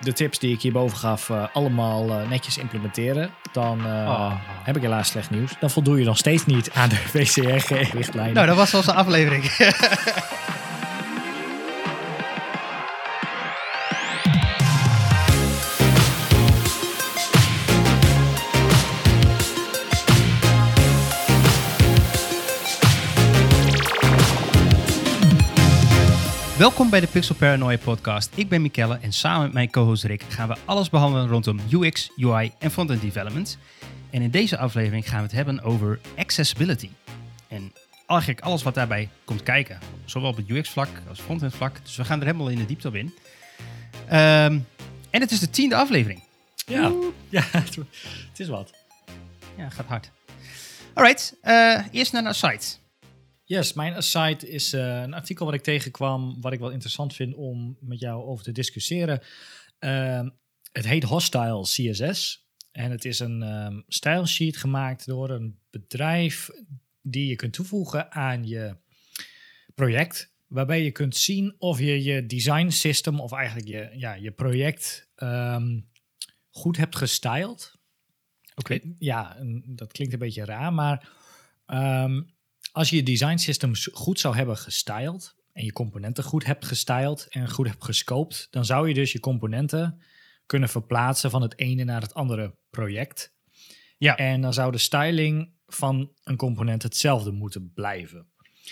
de tips die ik hierboven gaf allemaal netjes implementeren, dan heb ik helaas slecht nieuws. Dan voldoe je nog steeds niet aan de WCAG-richtlijnen. Nou, dat was onze aflevering. Welkom bij de Pixel Paranoia podcast. Ik ben Mikelle en samen met mijn co-host Rick gaan we alles behandelen rondom UX, UI en frontend development. En in deze aflevering gaan we het hebben over accessibility. En eigenlijk alles wat daarbij komt kijken. Zowel op het UX-vlak als frontend vlak. Dus we gaan er helemaal in de diepte op in. En het is de 10e aflevering. Ja, het is wat. Ja, gaat hard. Alright, eerst naar site. Yes, mijn aside is een artikel wat ik tegenkwam, wat ik wel interessant vind om met jou over te discussiëren. Het heet Hostile CSS en het is een stylesheet gemaakt door een bedrijf die je kunt toevoegen aan je project, waarbij je kunt zien of je je design system of eigenlijk je project goed hebt gestyled. Oké. Ja, dat klinkt een beetje raar, maar als je je design system goed zou hebben gestyled en je componenten goed hebt gestyled en goed hebt gescoped, dan zou je dus je componenten kunnen verplaatsen van het ene naar het andere project. Ja. En dan zou de styling van een component hetzelfde moeten blijven.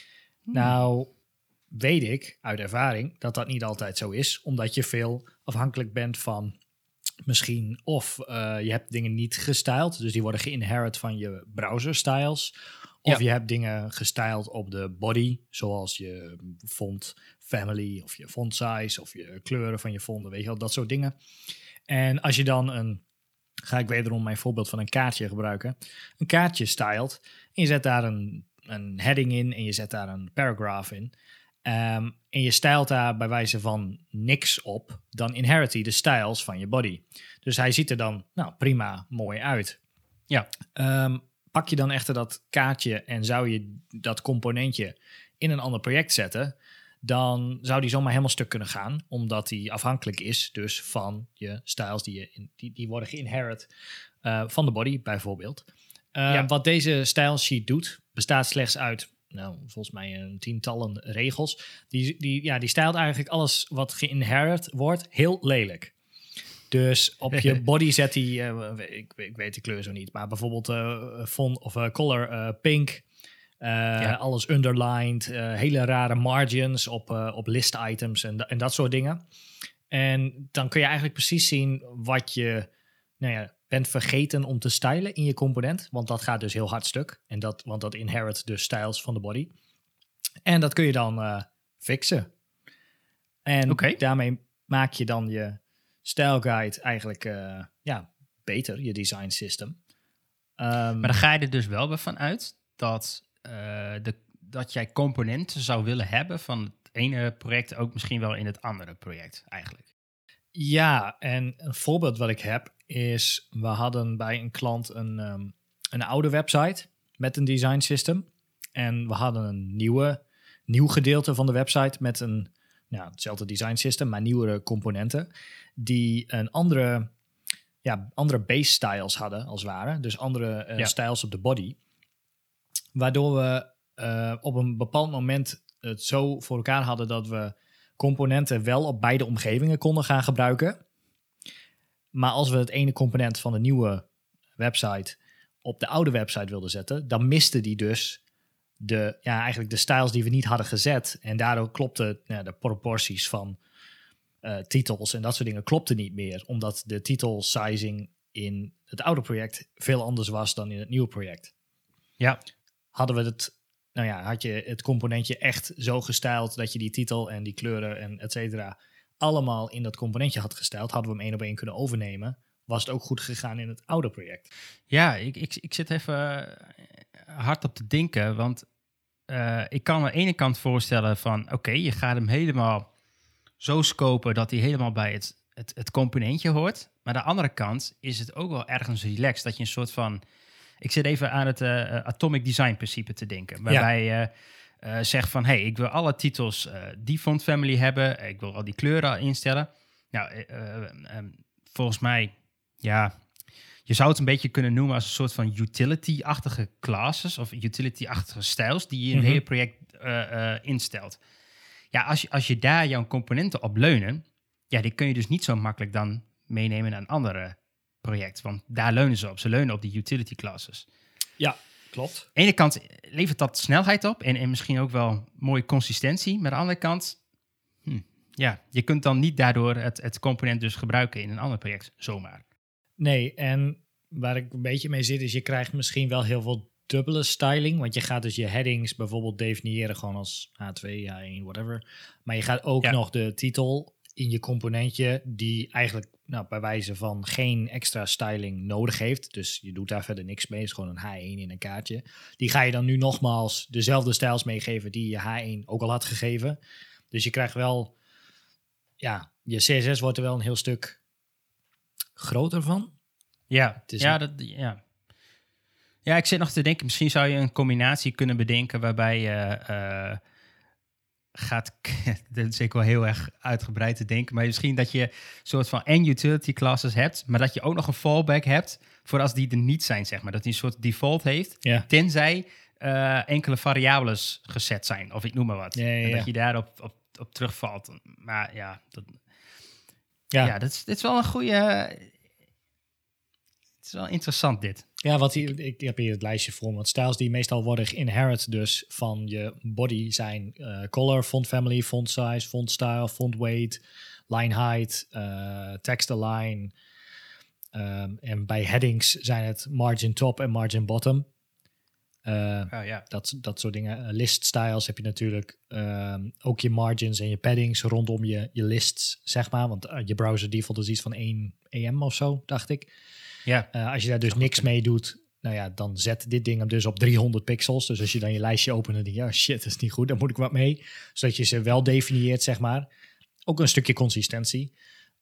Nou, weet ik uit ervaring dat dat niet altijd zo is, omdat je veel afhankelijk bent van misschien of je hebt dingen niet gestyled, dus die worden geïnherit van je browser styles. Of je hebt dingen gestyled op de body, zoals je font family of je font size of je kleuren van je fonten, weet je wel, dat soort dingen. En als je dan ga ik wederom mijn voorbeeld van een kaartje gebruiken, een kaartje styled en je zet daar een heading in en je zet daar een paragraph in en je stylt daar bij wijze van niks op, dan inherit hij de styles van je body. Dus hij ziet er dan prima mooi uit. Ja. Pak je dan echter dat kaartje en zou je dat componentje in een ander project zetten, dan zou die zomaar helemaal stuk kunnen gaan, omdat die afhankelijk is dus van je styles die worden geïnherit van de body bijvoorbeeld. Wat deze style sheet doet, bestaat slechts uit, volgens mij een tientallen regels. Die stylt eigenlijk alles wat geïnherit wordt heel lelijk. Dus op je body zet hij, ik weet de kleur zo niet, maar bijvoorbeeld font of color pink, alles underlined, hele rare margins op list items en dat soort dingen. En dan kun je eigenlijk precies zien wat je bent vergeten om te stylen in je component, want dat gaat dus heel hard stuk. Want dat inherit de styles van de body. En dat kun je dan fixen. En daarmee maak je dan je style guide eigenlijk beter, je design system. Maar dan ga je er dus wel van uit dat jij componenten zou willen hebben van het ene project ook misschien wel in het andere project eigenlijk. Ja, en een voorbeeld wat ik heb is, we hadden bij een klant een oude website met een design system. En we hadden een nieuw gedeelte van de website met hetzelfde design system, maar nieuwere componenten, die een andere base styles hadden, als het ware. Dus andere styles op de body. Waardoor we op een bepaald moment het zo voor elkaar hadden dat we componenten wel op beide omgevingen konden gaan gebruiken. Maar als we het ene component van de nieuwe website op de oude website wilden zetten, dan miste die dus eigenlijk de styles die we niet hadden gezet. En daardoor klopte de proporties van titels en dat soort dingen klopte niet meer, omdat de titel sizing in het oude project veel anders was dan in het nieuwe project. Ja. Hadden we had je het componentje echt zo gestyled dat je die titel en die kleuren en et cetera allemaal in dat componentje had gestyled, hadden we hem 1 op 1 kunnen overnemen, was het ook goed gegaan in het oude project. Ja, ik zit even hard op te denken, want ik kan me aan de ene kant voorstellen van oké, je gaat hem helemaal zo scopen dat hij helemaal bij het componentje hoort. Maar aan de andere kant is het ook wel ergens relaxed dat je een soort van, ik zit even aan het atomic design principe te denken, waarbij je zegt van, hey, ik wil alle titels die font family hebben, ik wil al die kleuren instellen. Nou, volgens mij, ja, je zou het een beetje kunnen noemen als een soort van utility-achtige classes of utility-achtige styles die je in het hele project instelt. Ja, als je daar jouw componenten op leunen, ja, die kun je dus niet zo makkelijk dan meenemen naar een andere project, want daar leunen ze op. Ze leunen op die utility classes. Ja, klopt. Aan de ene kant levert dat snelheid op en misschien ook wel mooie consistentie. Maar aan de andere kant, ja, je kunt dan niet daardoor het component dus gebruiken in een ander project zomaar. Nee, en waar ik een beetje mee zit is je krijgt misschien wel heel veel dubbele styling. Want je gaat dus je headings bijvoorbeeld definiëren gewoon als H2, H1, whatever. Maar je gaat ook nog de titel in je componentje die eigenlijk bij wijze van geen extra styling nodig heeft. Dus je doet daar verder niks mee. Het is gewoon een H1 in een kaartje. Die ga je dan nu nogmaals dezelfde styles meegeven die je H1 ook al had gegeven. Dus je krijgt wel, ja, je CSS wordt er wel een heel stuk groter van. Ja, het is Ja, ik zit nog te denken, misschien zou je een combinatie kunnen bedenken waarbij je dat is zeker wel heel erg uitgebreid te denken, maar misschien dat je een soort van utility classes hebt, maar dat je ook nog een fallback hebt voor als die er niet zijn, zeg maar. Dat die een soort default heeft, tenzij enkele variables gezet zijn, of ik noem maar wat. En dat je daarop op terugvalt. Maar ja, dit is wel een goede... Het is wel interessant dit. Ja, ik heb hier het lijstje voor. Want styles die meestal worden geïnherit dus van je body zijn color, font family, font size, font style, font weight, line height, text align. En bij headings zijn het margin top en margin bottom. Dat soort dingen. List styles heb je natuurlijk ook je margins en je paddings rondom je lists, zeg maar. Want je browser default is iets van 1 EM of zo, dacht ik. Ja. Als je daar dus niks mee doet, dan zet dit ding hem dus op 300 pixels. Dus als je dan je lijstje opent en denkt, shit, dat is niet goed, dan moet ik wat mee. Zodat je ze wel definieert, zeg maar. Ook een stukje consistentie.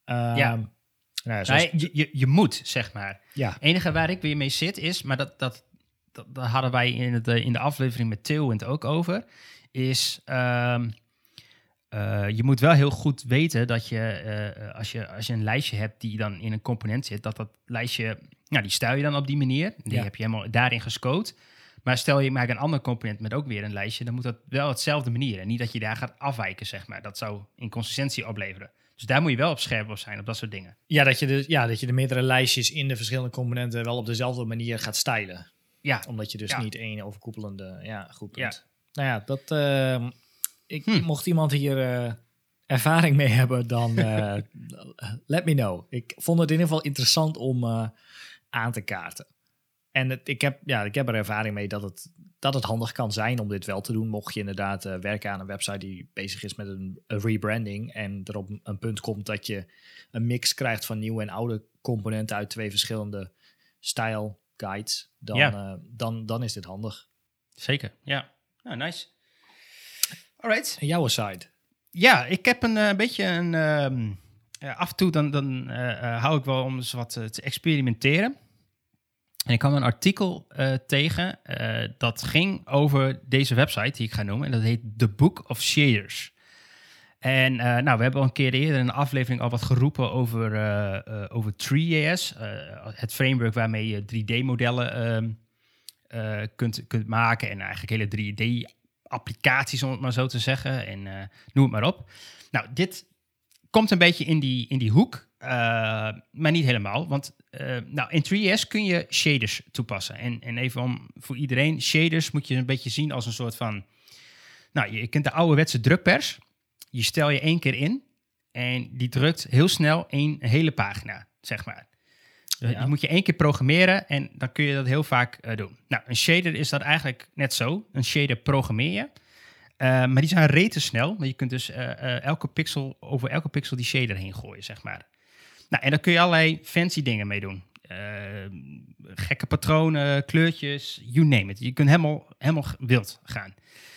Je moet, zeg maar. Ja. Het enige waar ik weer mee zit is, maar dat hadden wij in de aflevering met Tailwind ook over, is... je moet wel heel goed weten dat je, als je een lijstje hebt die dan in een component zit, dat lijstje, die stel je dan op die manier. Die heb je helemaal daarin gescoot. Maar stel je maakt een ander component met ook weer een lijstje, dan moet dat wel hetzelfde manier. En niet dat je daar gaat afwijken, zeg maar. Dat zou inconsistentie opleveren. Dus daar moet je wel op scherp op zijn, op dat soort dingen. Ja, dat je de meerdere lijstjes in de verschillende componenten wel op dezelfde manier gaat stylen. Ja. Omdat je dus niet één overkoepelende... Ja, goed punt. Ja. Nou ja, dat... Mocht iemand hier ervaring mee hebben, dan let me know. Ik vond het in ieder geval interessant om aan te kaarten. En ik heb er ervaring mee dat het handig kan zijn om dit wel te doen. Mocht je inderdaad werken aan een website die bezig is met een rebranding en er op een punt komt dat je een mix krijgt van nieuwe en oude componenten uit 2 verschillende style guides, dan is dit handig. Zeker, ja. Nou, nice. Alright. En jouw side? Ja, ik heb een beetje een... af en toe dan hou ik wel om eens wat te experimenteren. En ik kwam een artikel tegen dat ging over deze website die ik ga noemen. En dat heet The Book of Shaders. En we hebben al een keer eerder in een aflevering al wat geroepen over Tree.js. Het framework waarmee je 3D-modellen kunt maken. En eigenlijk hele 3D-applicaties, om het maar zo te zeggen. En noem het maar op. Nou, dit komt een beetje in die hoek. Maar niet helemaal. Want in Tree.js kun je shaders toepassen. En even voor iedereen, shaders moet je een beetje zien als een soort van... Nou, je kent de ouderwetse drukpers. Je stel je 1 keer in en die drukt heel snel een hele pagina, zeg maar. Ja. Die moet je 1 keer programmeren en dan kun je dat heel vaak doen. Nou, een shader is dat eigenlijk net zo. Een shader programmeer je. Maar die zijn rete snel. Maar je kunt dus over elke pixel die shader heen gooien, zeg maar. Nou, en daar kun je allerlei fancy dingen mee doen. Gekke patronen, kleurtjes, you name it. Je kunt helemaal wild gaan.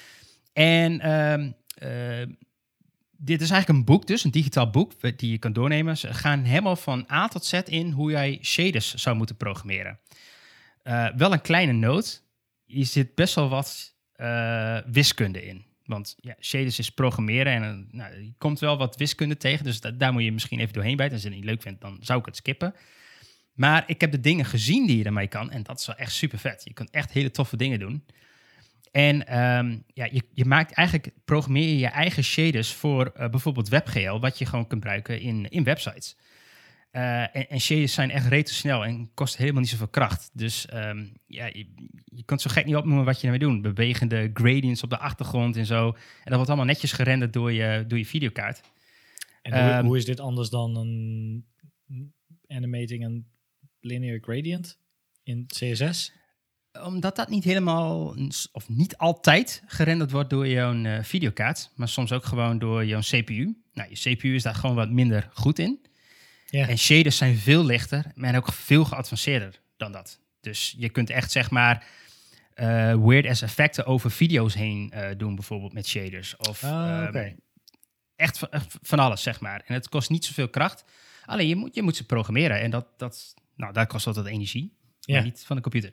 En dit is eigenlijk een boek dus, een digitaal boek die je kan doornemen. Ze gaan helemaal van A tot Z in hoe jij shaders zou moeten programmeren. Wel een kleine noot. Hier zit best wel wat wiskunde in. Want ja, shaders is programmeren en je komt wel wat wiskunde tegen. Dus daar moet je misschien even doorheen bijten. Als je het niet leuk vindt, dan zou ik het skippen. Maar ik heb de dingen gezien die je ermee kan. En dat is wel echt super vet. Je kunt echt hele toffe dingen doen. En je maakt eigenlijk, programmeer je eigen shaders voor bijvoorbeeld WebGL, wat je gewoon kunt gebruiken in websites. En shaders zijn echt rete snel en kosten helemaal niet zoveel kracht. Dus je kunt zo gek niet opnoemen wat je ermee doet. Bewegende gradients op de achtergrond en zo. En dat wordt allemaal netjes gerenderd door je videokaart. En hoe is dit anders dan een animating een linear gradient in CSS? Omdat dat niet helemaal, of niet altijd gerenderd wordt door jouw videokaart, maar soms ook gewoon door jouw CPU. Nou, je CPU is daar gewoon wat minder goed in. Ja. En shaders zijn veel lichter, maar ook veel geavanceerder dan dat. Dus je kunt echt, zeg maar, weird-ass effecten over video's heen doen, bijvoorbeeld met shaders. Of echt van alles, zeg maar. En het kost niet zoveel kracht. Alleen, je moet ze programmeren. En dat kost altijd energie, maar niet van de computer.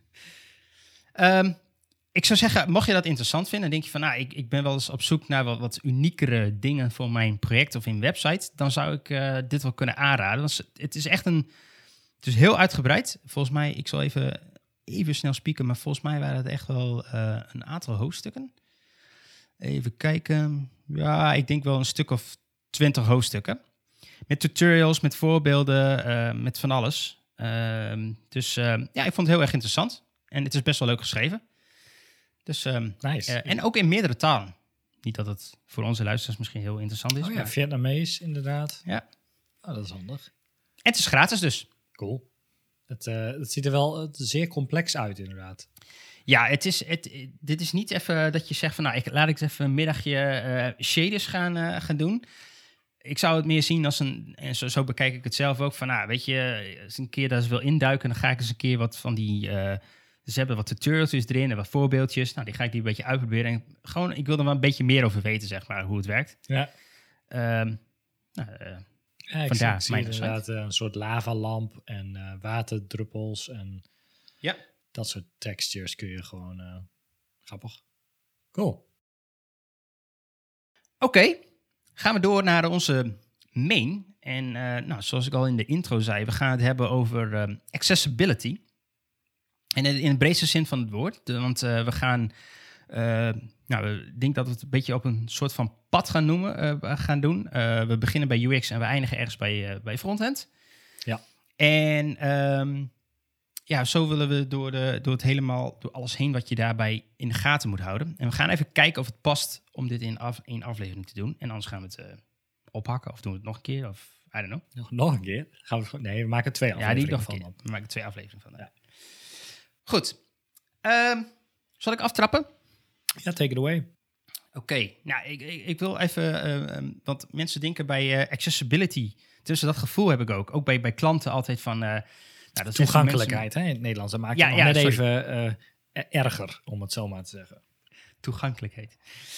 Ik zou zeggen, mocht je dat interessant vinden, dan denk je van, ik ben wel eens op zoek naar wat uniekere dingen voor mijn project of in website, dan zou ik dit wel kunnen aanraden. Want het is echt het is heel uitgebreid. Volgens mij, ik zal even snel spieken, maar volgens mij waren het echt wel een aantal hoofdstukken. Even kijken. Ja, ik denk wel een stuk of 20 hoofdstukken. Met tutorials, met voorbeelden, met van alles. Dus ik vond het heel erg interessant. En het is best wel leuk geschreven. Dus, nice. En ook in meerdere talen. Niet dat het voor onze luisteraars misschien heel interessant is. Oh ja, Vietnamees inderdaad. Ja. Oh, dat is handig. En het is gratis dus. Cool. Het ziet er wel zeer complex uit inderdaad. Ja, dit is niet even dat je zegt van, laat ik eens even een middagje shaders gaan doen. Ik zou het meer zien als en zo bekijk ik het zelf ook, van weet je, als een keer dat ze wil induiken, dan ga ik eens een keer wat van die, ze hebben wat tutorials erin en wat voorbeeldjes. Nou, die ga ik die een beetje uitproberen. En gewoon, ik wil er wel een beetje meer over weten, zeg maar, hoe het werkt. Ja. Vandaar zie inderdaad een soort lavalamp en waterdruppels en dat soort textures kun je gewoon grappig. Cool. Oké. Gaan we door naar onze main. En zoals ik al in de intro zei, we gaan het hebben over accessibility. En in de breedste zin van het woord. Want we gaan, ik denk dat we het een beetje op een soort van pad gaan doen. We beginnen bij UX en we eindigen ergens bij frontend. Ja. En zo willen we door alles heen wat je daarbij in de gaten moet houden. En we gaan even kijken of het past om dit in één aflevering te doen. En anders gaan we het ophakken of doen we het nog een keer. Of I don't know. Nog een keer? We maken 2 afleveringen van. Ja, we maken 2 afleveringen van. Ja. Goed. Zal ik aftrappen? Ja, take it away. Oké. Nou, ik wil even, want mensen denken bij accessibility, tussen dat gevoel heb ik ook bij klanten altijd van, dat toegankelijkheid in het Nederlands. Dat maakt het net even erger, om het zo maar te zeggen. Toegankelijkheid.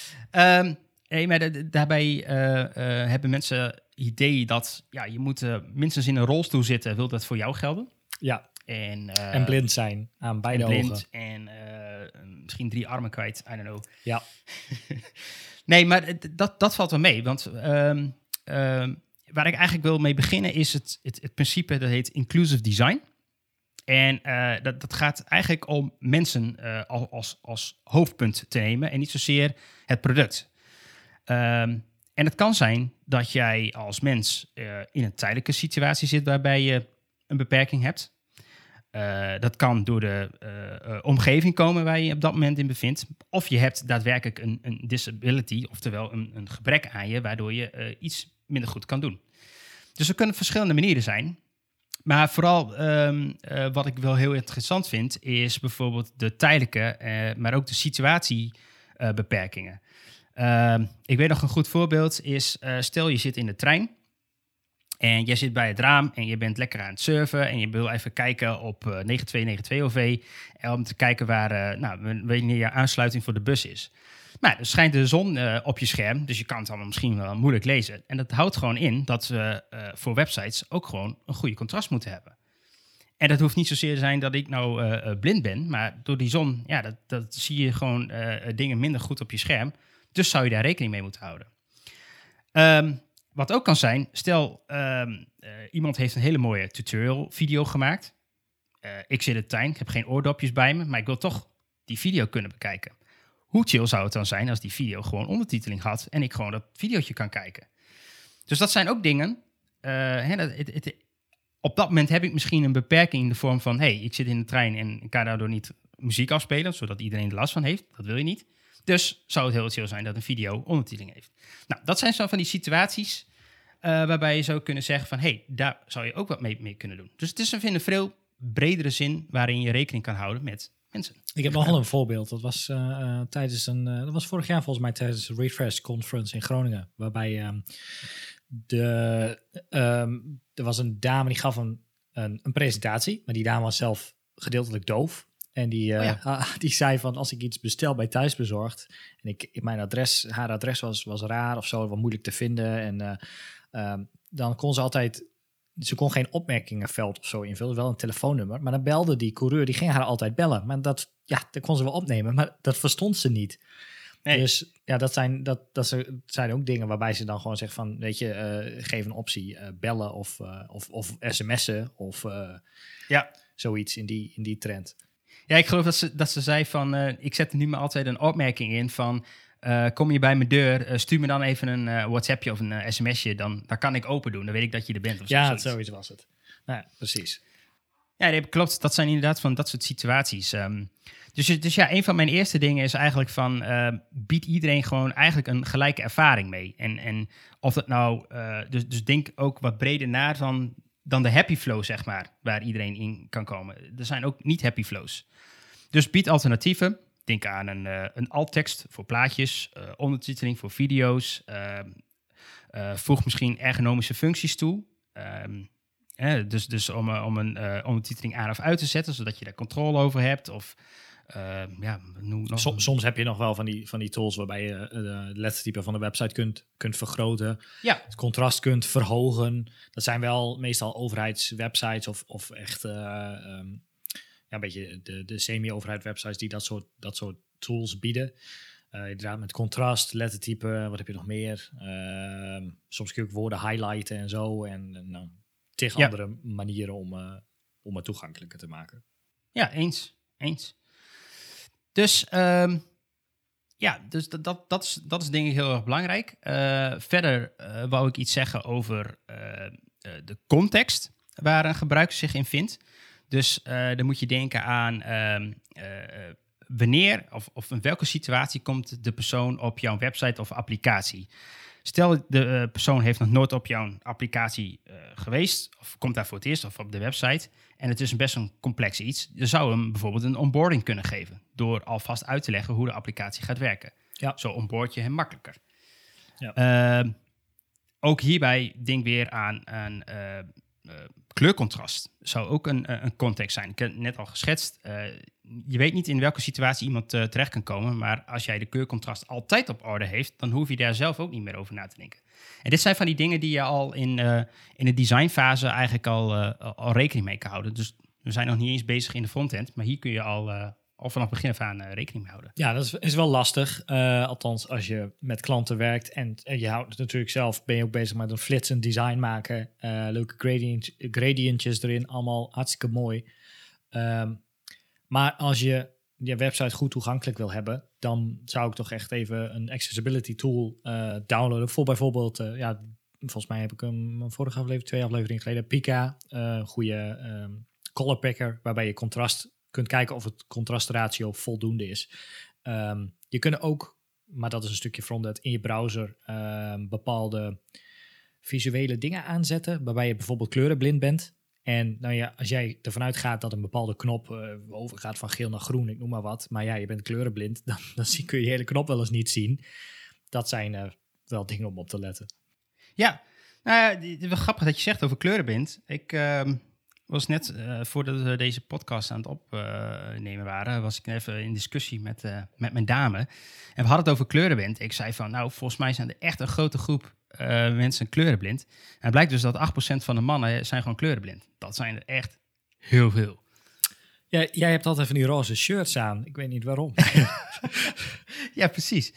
Maar daarbij hebben mensen idee dat je moet minstens in een rolstoel zitten, wil dat voor jou gelden. Ja. En blind zijn aan beide ogen. En misschien 3 armen kwijt, I don't know. Ja. Nee, maar dat valt wel mee. Want waar ik eigenlijk wil mee beginnen is het principe dat heet inclusive design. En dat gaat eigenlijk om mensen als hoofdpunt te nemen en niet zozeer het product. En het kan zijn dat jij als mens in een tijdelijke situatie zit waarbij je een beperking hebt. Dat kan door de omgeving komen waar je op dat moment in bevindt. Of je hebt daadwerkelijk een disability, oftewel een gebrek aan je, waardoor je iets minder goed kan doen. Dus er kunnen verschillende manieren zijn. Maar vooral wat ik wel heel interessant vind, is bijvoorbeeld de tijdelijke, maar ook de situatiebeperkingen. Ik weet nog een goed voorbeeld is, stel je zit in de trein. En jij zit bij het raam en je bent lekker aan het surfen en je wil even kijken op 9292 OV om te kijken wanneer je aansluiting voor de bus is. Maar er schijnt de zon op je scherm, dus je kan het allemaal misschien wel moeilijk lezen. En dat houdt gewoon in dat we voor websites ook gewoon een goede contrast moeten hebben. En dat hoeft niet zozeer te zijn dat ik blind ben, maar door die zon, dat zie je gewoon dingen minder goed op je scherm. Dus zou je daar rekening mee moeten houden. Wat ook kan zijn, stel iemand heeft een hele mooie tutorial video gemaakt. Ik zit in de tuin, ik heb geen oordopjes bij me, maar ik wil toch die video kunnen bekijken. Hoe chill zou het dan zijn als die video gewoon ondertiteling had en ik gewoon dat videootje kan kijken? Dus dat zijn ook dingen. Op dat moment heb ik misschien een beperking in de vorm van, ik zit in de trein en ik kan daardoor niet muziek afspelen, zodat iedereen er last van heeft. Dat wil je niet. Dus zou het heel chill zijn dat een video ondertiteling heeft. Nou, dat zijn zo van die situaties waarbij je zou kunnen zeggen van, daar zou je ook wat mee kunnen doen. Dus het is een veel bredere zin waarin je rekening kan houden met mensen. Ik heb nog wel een voorbeeld. Dat was dat was vorig jaar volgens mij tijdens de Refresh Conference in Groningen, waarbij er was een dame die gaf een presentatie, maar die dame was zelf gedeeltelijk doof. En die zei van, als ik iets bestel bij Thuisbezorgd en haar adres was raar of zo, wat moeilijk te vinden. En dan kon ze kon geen opmerkingenveld of zo invullen, wel een telefoonnummer. Maar dan belde die coureur, die ging haar altijd bellen. Maar dat kon ze wel opnemen, maar dat verstond ze niet. Nee. Dus ja, dat zijn ook dingen waarbij ze dan gewoon zegt van, weet je, geef een optie, bellen of sms'en of zoiets in die trend. Ja, ik geloof dat ze zei van, ik zet er nu maar altijd een opmerking in van, kom je bij mijn deur, stuur me dan even een WhatsAppje of een sms'je, dan kan ik open doen. Dan weet ik dat je er bent. Of zoiets was het. Nou, precies. Ja, klopt. Dat zijn inderdaad van dat soort situaties. Dus ja, een van mijn eerste dingen is eigenlijk van, bied iedereen gewoon eigenlijk een gelijke ervaring mee. En of dat nou, dus denk ook wat breder na dan de happy flow, zeg maar, waar iedereen in kan komen. Er zijn ook niet happy flows. Dus bied alternatieven. Denk aan een alt-tekst voor plaatjes, ondertiteling voor video's. Voeg misschien ergonomische functies toe. Dus om een ondertiteling aan of uit te zetten, zodat je daar controle over hebt. Of soms heb je nog wel van die tools waarbij je het lettertype van de website kunt vergroten. Ja. Het contrast kunt verhogen. Dat zijn wel meestal overheidswebsites of echt een beetje de semi-overheid websites die dat soort tools bieden. Inderdaad met contrast, lettertype, wat heb je nog meer? Soms kun je ook woorden highlighten en zo. En tegen andere manieren om het toegankelijker te maken. Ja, eens. Dus dat is denk ik heel erg belangrijk. Verder wou ik iets zeggen over de context waar een gebruiker zich in vindt. Dus dan moet je denken aan wanneer of in welke situatie komt de persoon op jouw website of applicatie. Stel, de persoon heeft nog nooit op jouw applicatie geweest, of komt daar voor het eerst, of op de website, en het is best een complex iets. Je zou hem bijvoorbeeld een onboarding kunnen geven, door alvast uit te leggen hoe de applicatie gaat werken. Ja. Zo onboard je hem makkelijker. Ja. Ook hierbij denk weer aan kleurcontrast. Zou ook een context zijn. Ik heb het net al geschetst. Je weet niet in welke situatie iemand terecht kan komen, maar als jij de kleurcontrast altijd op orde heeft, dan hoef je daar zelf ook niet meer over na te denken. En dit zijn van die dingen die je al in de designfase eigenlijk al rekening mee kan houden. Dus we zijn nog niet eens bezig in de frontend, maar hier kun je al vanaf begin af aan rekening mee houden. Ja, dat is wel lastig. Althans, als je met klanten werkt en je houdt het natuurlijk zelf, ben je ook bezig met een flitsend design maken. Leuke gradientjes erin, allemaal hartstikke mooi. Maar als je website goed toegankelijk wil hebben, dan zou ik toch echt even een accessibility tool downloaden. Voor bijvoorbeeld, volgens mij heb ik hem vorige aflevering, 2 afleveringen geleden, Pika, goede color picker, waarbij je contrast kunt kijken of het contrastratio voldoende is. Je kunt ook, maar dat is een stukje frontend, in je browser bepaalde visuele dingen aanzetten, waarbij je bijvoorbeeld kleurenblind bent. En als jij ervan uitgaat dat een bepaalde knop overgaat van geel naar groen, ik noem maar wat, maar ja, je bent kleurenblind, dan kun je hele knop wel eens niet zien. Dat zijn wel dingen om op te letten. Ja, het is wel grappig dat je zegt over kleurenblind. Ik was net, voordat we deze podcast aan het opnemen waren, was ik even in discussie met mijn dame. En we hadden het over kleurenblind. Ik zei van, volgens mij zijn er echt een grote groep mensen kleurenblind. En het blijkt dus dat 8% van de mannen zijn gewoon kleurenblind. Dat zijn er echt heel veel. Ja, jij hebt altijd van die roze shirts aan. Ik weet niet waarom. Ja, precies.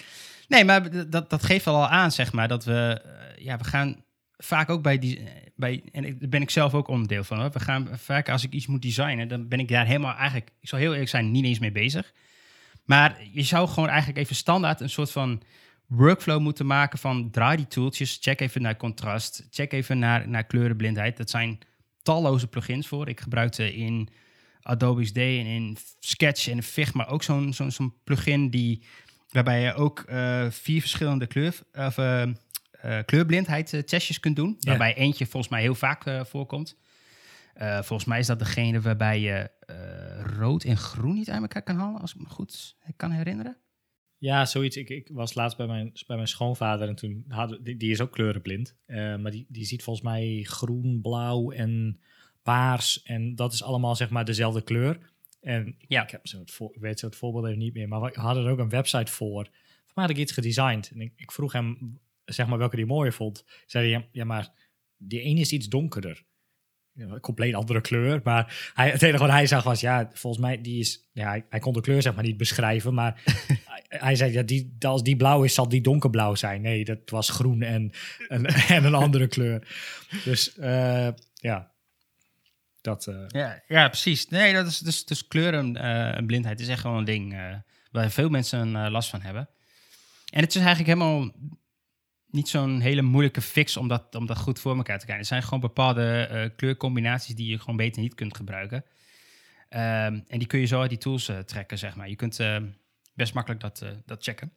Nee, maar dat geeft wel al aan, zeg maar, dat we gaan vaak ook en daar ben ik zelf ook onderdeel van, hoor. We gaan vaak, als ik iets moet designen, dan ben ik daar helemaal eigenlijk, ik zal heel eerlijk zijn, niet eens mee bezig. Maar je zou gewoon eigenlijk even standaard een soort van workflow moeten maken van draai die tooltjes, check even naar contrast, check even naar kleurenblindheid. Dat zijn talloze plugins voor. Ik gebruikte in Adobe XD en in Sketch en in Figma ook zo'n plugin waarbij je ook 4 verschillende kleurblindheid testjes kunt doen. Ja. Waarbij eentje volgens mij heel vaak voorkomt. Volgens mij is dat degene waarbij je rood en groen niet uit elkaar kan halen, als ik me goed kan herinneren. Ja, zoiets. Ik was laatst bij mijn schoonvader en toen die is ook kleurenblind. Maar die ziet volgens mij groen, blauw en paars. En dat is allemaal zeg maar dezelfde kleur. En ik weet zo het voorbeeld even niet meer, maar we hadden er ook een website voor. Voor mij had ik iets gedesigned. En ik vroeg hem zeg maar welke die mooier vond. Zei hij, ja, maar die ene is iets donkerder. Een compleet andere kleur. Maar het enige wat hij zag was, ja, volgens mij die is... Ja, hij kon de kleur zeg maar niet beschrijven, maar hij zei, ja, als die blauw is, zal die donkerblauw zijn. Nee, dat was groen en een andere kleur. Dus ja, dat... Ja, precies. Nee, dat is dus kleuren en blindheid is echt gewoon een ding waar veel mensen last van hebben. En het is eigenlijk helemaal niet zo'n hele moeilijke fix om dat goed voor elkaar te krijgen. Er zijn gewoon bepaalde kleurcombinaties die je gewoon beter niet kunt gebruiken. En die kun je zo uit die tools trekken, zeg maar. Je kunt best makkelijk dat checken.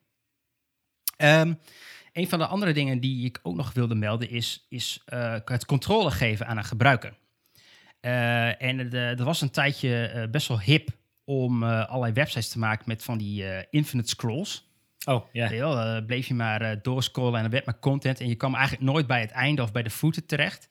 Een van de andere dingen die ik ook nog wilde melden is het controle geven aan een gebruiker. Er was een tijdje best wel hip om allerlei websites te maken met van die infinite scrolls. Oh, ja. Yeah. Bleef je maar doorscrollen en er werd maar content en je kwam eigenlijk nooit bij het einde of bij de footer terecht.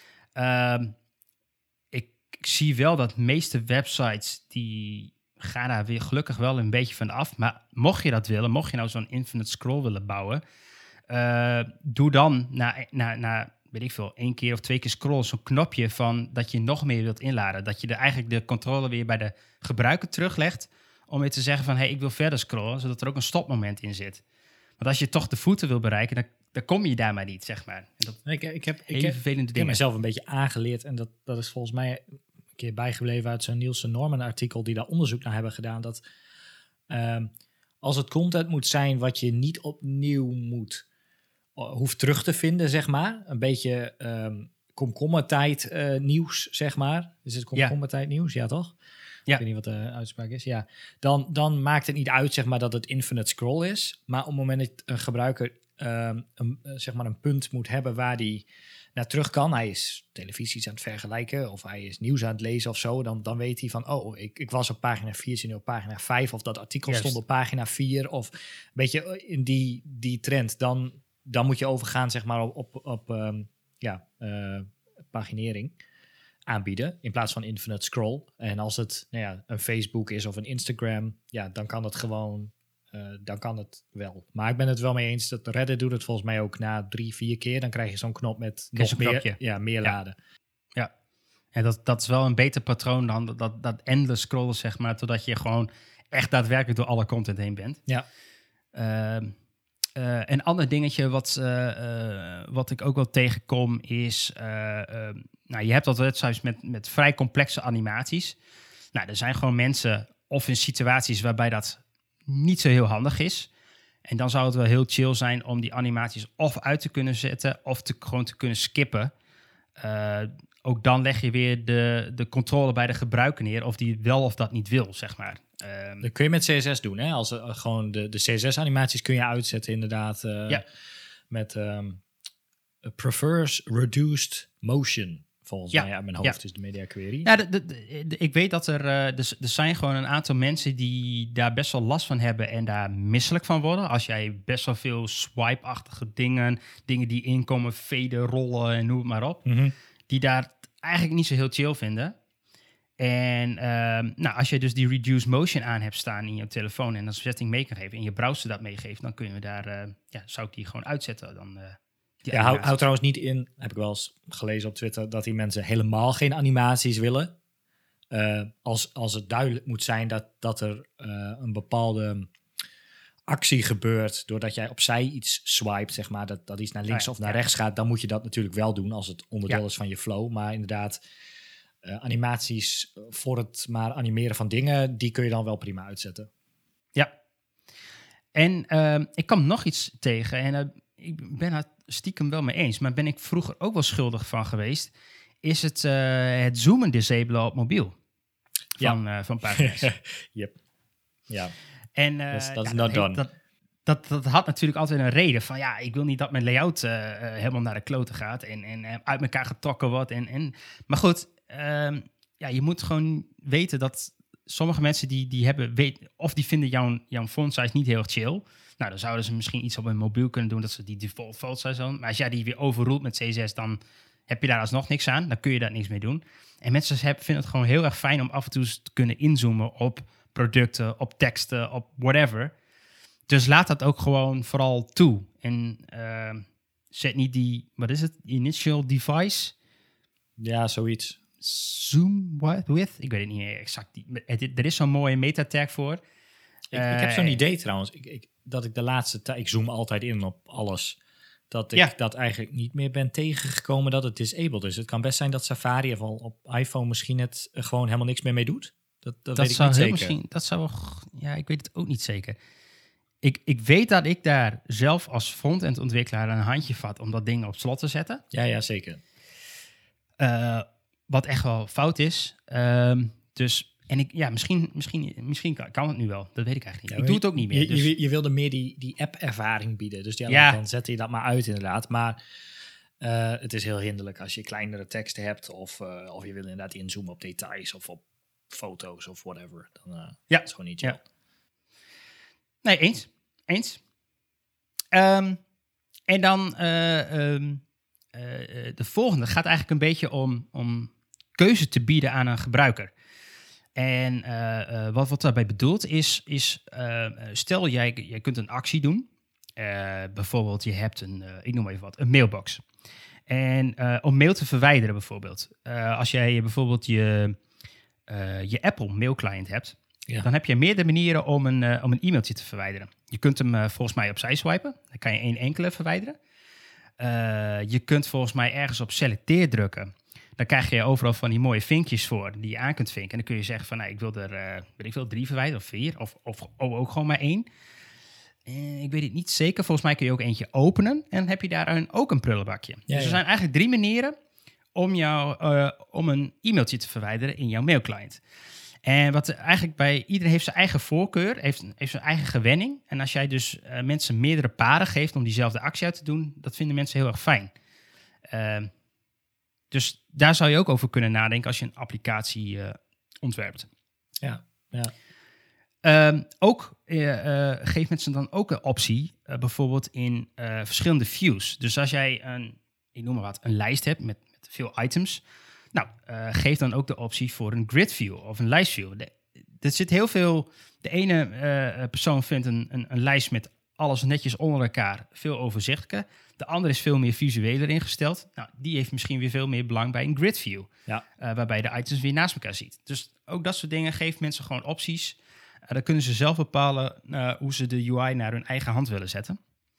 Ik zie wel dat de meeste websites die gaan daar weer gelukkig wel een beetje van af. Maar mocht je dat willen, mocht je nou zo'n infinite scroll willen bouwen, doe dan na weet ik veel, 1 keer of 2 keer scrollen zo'n knopje van dat je nog meer wilt inladen. Dat je eigenlijk de controle weer bij de gebruiker teruglegt om weer te zeggen van, hey, ik wil verder scrollen, zodat er ook een stopmoment in zit. Want als je toch de voeten wil bereiken, dan kom je daar maar niet, zeg maar. En dat ik heb mezelf een beetje aangeleerd en dat is volgens mij een keer bijgebleven uit zo'n Nielsen Norman artikel die daar onderzoek naar hebben gedaan, dat als het content moet zijn wat je niet opnieuw hoeft terug te vinden, zeg maar. Een beetje komkommertijd nieuws, zeg maar. Is het komkommertijd nieuws? Ja, toch? Ja. Ik weet niet wat de uitspraak is. Ja. Dan maakt het niet uit, zeg maar, dat het infinite scroll is. Maar op het moment dat een gebruiker zeg maar een punt moet hebben waar die naar terug kan. Hij is televisies aan het vergelijken of hij is nieuws aan het lezen of zo. Dan weet hij van, oh, ik was op pagina 4, zit nu op pagina 5. Of dat artikel stond op pagina 4. Of een beetje in die trend. Dan moet je overgaan, zeg maar, op paginering aanbieden in plaats van infinite scroll. En als het een Facebook is of een Instagram, dan kan het gewoon, dan kan het wel. Maar ik ben het wel mee eens dat Reddit doet het volgens mij ook na 3-4 keer. Dan krijg je zo'n knop met nog meer laden. Ja, en dat is wel een beter patroon dan dat endless scrollen, zeg maar, totdat je gewoon echt daadwerkelijk door alle content heen bent. Ja. Een ander dingetje wat ik ook wel tegenkom is, je hebt dat websites met vrij complexe animaties. Nou, er zijn gewoon mensen of in situaties waarbij dat niet zo heel handig is. En dan zou het wel heel chill zijn om die animaties of uit te kunnen zetten of gewoon te kunnen skippen. Ook dan leg je weer de controle bij de gebruiker neer of die wel of dat niet wil, zeg maar. Dat kun je met CSS doen, hè? Als gewoon de CSS-animaties kun je uitzetten, inderdaad. Met prefers reduced motion. Volgens mij uit mijn hoofd is de media query. Ja, ik weet dat er zijn gewoon een aantal mensen die daar best wel last van hebben en daar misselijk van worden. Als jij best wel veel swipe-achtige dingen die inkomen, faden, rollen en noem het maar op. Mm-hmm. Die daar eigenlijk niet zo heel chill vinden. En als je dus die reduced motion aan hebt staan in je telefoon en als setting mee kan geven en je browser dat meegeeft, dan kun je daar, zou ik die gewoon uitzetten. Dan, hou trouwens niet in, heb ik wel eens gelezen op Twitter, dat die mensen helemaal geen animaties willen. Als het duidelijk moet zijn dat er een bepaalde actie gebeurt doordat jij opzij iets swipet, zeg maar, dat iets naar links of naar rechts gaat, dan moet je dat natuurlijk wel doen als het onderdeel is van je flow. Maar inderdaad, animaties voor het maar animeren van dingen, die kun je dan wel prima uitzetten. Ja. En ik kwam nog iets tegen en ik ben het stiekem wel mee eens, maar ben ik vroeger ook wel schuldig van geweest, is het zoomen disablen op mobiel van pagina's. Yep. Ja. En dat is not done. Dat had natuurlijk altijd een reden van, ja, ik wil niet dat mijn layout helemaal naar de kloten gaat en uit elkaar getrokken wordt. Maar goed, je moet gewoon weten dat sommige mensen die hebben, of die vinden jouw font size niet heel erg chill. Nou, dan zouden ze misschien iets op hun mobiel kunnen doen, dat ze die default font size doen. Maar als jij die weer overruled met C6, dan heb je daar alsnog niks aan. Dan kun je daar niks mee doen. En mensen vinden het gewoon heel erg fijn om af en toe te kunnen inzoomen op producten, op teksten, op whatever. Dus laat dat ook gewoon vooral toe. En zet niet die, wat is het, initial device? Ja, zoiets. Zoom with? Ik weet het niet meer exact. Er is zo'n mooie meta-tag voor. Ik heb zo'n idee trouwens, dat ik de laatste tijd, ik zoom altijd in op alles, dat ik dat eigenlijk niet meer ben tegengekomen dat het disabled is. Het kan best zijn dat Safari of op iPhone misschien het gewoon helemaal niks meer mee doet. Dat weet ik niet zeker. Misschien, dat zou ik weet het ook niet zeker. Ik weet dat ik daar zelf als front-end ontwikkelaar een handje vat om dat ding op slot te zetten. Ja, zeker. Wat echt wel fout is. Dus, en misschien kan het nu wel. Dat weet ik eigenlijk niet. Ja, ik doe het ook niet meer. Dus. Je wilde meer die app-ervaring bieden. Dus dan zet je dat maar uit inderdaad. Maar het is heel hinderlijk als je kleinere teksten hebt of je wil inderdaad inzoomen op details of op foto's of whatever. Dan is het gewoon niet chill. Ja. Nee, eens. En dan de volgende gaat eigenlijk een beetje om keuze te bieden aan een gebruiker. En wat daarbij bedoeld is stel jij kunt een actie doen. Bijvoorbeeld je hebt ik noem even wat, een mailbox. En om mail te verwijderen bijvoorbeeld. Als jij bijvoorbeeld je Apple mailclient hebt, dan heb je meerdere manieren om een e-mailtje te verwijderen. Je kunt hem volgens mij opzij swipen. Dan kan je één enkele verwijderen. Je kunt volgens mij ergens op selecteer drukken. Dan krijg je overal van die mooie vinkjes voor die je aan kunt vinken. En dan kun je zeggen van, ik wil er 3 verwijderen of 4 of ook gewoon maar 1. Ik weet het niet zeker. Volgens mij kun je ook eentje openen en dan heb je daar ook een prullenbakje. Dus er zijn eigenlijk 3 manieren om een e-mailtje te verwijderen in jouw mailclient. En wat eigenlijk bij iedereen heeft zijn eigen voorkeur, heeft zijn eigen gewenning. En als jij dus mensen meerdere paden geeft om diezelfde actie uit te doen, dat vinden mensen heel erg fijn. Dus daar zou je ook over kunnen nadenken als je een applicatie ontwerpt. Ja. Ook geeft mensen dan ook een optie, bijvoorbeeld in verschillende views. Dus als jij een lijst hebt met veel items, geef dan ook de optie voor een grid view of een lijst view. Er zit heel veel. De ene persoon vindt een lijst met alles netjes onder elkaar veel overzichtelijker. De andere is veel meer visueler ingesteld. Nou, die heeft misschien weer veel meer belang bij een grid view. Ja. Waarbij je de items weer naast elkaar ziet. Dus ook dat soort dingen geeft mensen gewoon opties. Dan kunnen ze zelf bepalen hoe ze de UI naar hun eigen hand willen zetten.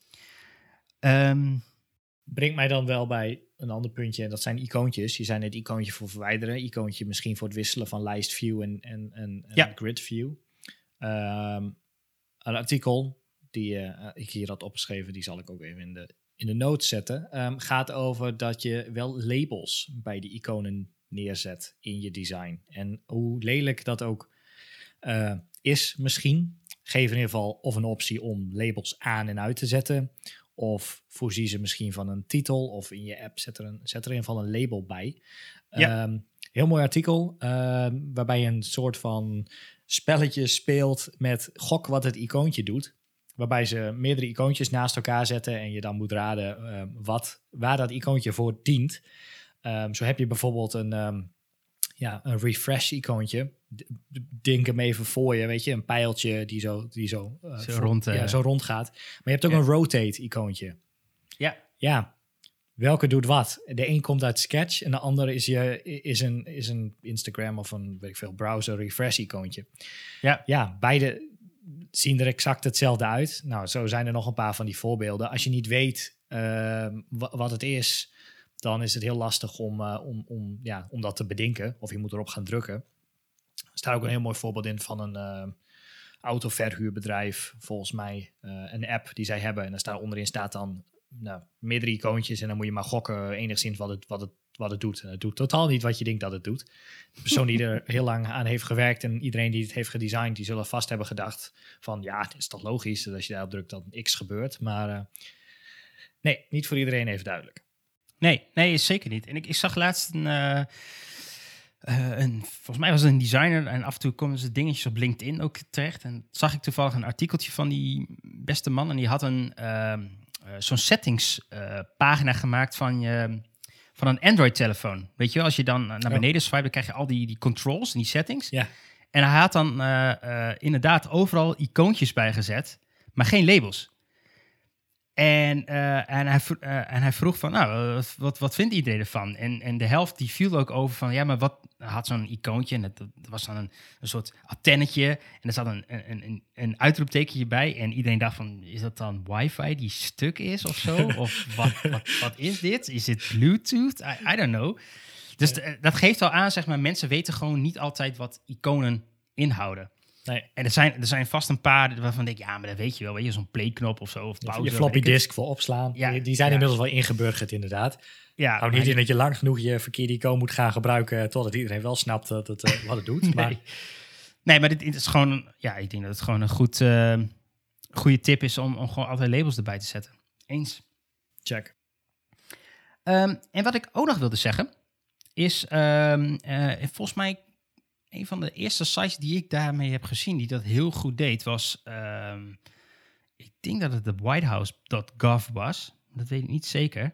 Brengt mij dan wel bij een ander puntje. En dat zijn icoontjes. Je zijn het icoontje voor verwijderen. Icoontje misschien voor het wisselen van lijst view en grid view. Een artikel die ik hier had opgeschreven, die zal ik ook even in de notes zetten. Gaat over dat je wel labels bij die iconen neerzet in je design. En hoe lelijk dat ook is misschien. Geef in ieder geval of een optie om labels aan en uit te zetten. Of voorzie ze misschien van een titel. Of in je app zet er in ieder geval een label bij. Ja. Heel mooi artikel. Waarbij je een soort van spelletje speelt met gok wat het icoontje doet. Waarbij ze meerdere icoontjes naast elkaar zetten. En je dan moet raden waar dat icoontje voor dient. Zo heb je bijvoorbeeld een refresh-icoontje. Denk hem even voor je, weet je. Een pijltje die zo rond gaat. Maar je hebt ook een rotate-icoontje. Ja. Welke doet wat? De een komt uit Sketch en de andere is een Instagram of een browser refresh-icoontje. Ja, beide zien er exact hetzelfde uit. Nou, zo zijn er nog een paar van die voorbeelden. Als je niet weet wat het is, dan is het heel lastig om dat te bedenken. Of je moet erop gaan drukken. Er staat ook een heel mooi voorbeeld in van een autoverhuurbedrijf, volgens mij. Een app die zij hebben. En onderin staat dan meerdere icoontjes. En dan moet je maar gokken enigszins wat het doet. En het doet totaal niet wat je denkt dat het doet. De persoon die er heel lang aan heeft gewerkt en iedereen die het heeft gedesigned, die zullen vast hebben gedacht van ja, het is toch logisch dat als je daarop drukt dat X gebeurt. Maar nee, niet voor iedereen even duidelijk. Nee, zeker niet. En ik zag laatst volgens mij was het een designer en af en toe komen ze dingetjes op LinkedIn ook terecht. En zag ik toevallig een artikeltje van die beste man en die had zo'n settingspagina gemaakt van een Android-telefoon. Weet je wel, als je dan naar beneden swipe, dan krijg je al die controls en die settings. Ja. En hij had dan inderdaad overal icoontjes bijgezet, maar geen labels. En hij vroeg van, wat vindt iedereen ervan? En de helft die viel ook over van, ja, maar wat had zo'n icoontje? En dat was dan een soort antennetje. En er zat een uitroeptekentje bij. En iedereen dacht van, is dat dan wifi die stuk is of zo? Of wat is dit? Is dit Bluetooth? I don't know. Dus dat geeft al aan, zeg maar, mensen weten gewoon niet altijd wat iconen inhouden. Nee. En er zijn vast een paar waarvan denk ik, ja, maar dat weet je wel. Weet je, zo'n playknop of zo. Of pauze. Je floppy disk voor opslaan. Ja, die zijn inmiddels wel ingeburgerd inderdaad. Ja, hou niet in dat je lang genoeg je verkeerde icoon moet gaan gebruiken totdat iedereen wel snapt wat het doet. Nee. Maar dit is gewoon, ja, ik denk dat het gewoon een goede tip is om gewoon altijd labels erbij te zetten. Eens. Check. En wat ik ook nog wilde zeggen is, volgens mij een van de eerste sites die ik daarmee heb gezien, die dat heel goed deed, was, ik denk dat het de whitehouse.gov was. Dat weet ik niet zeker.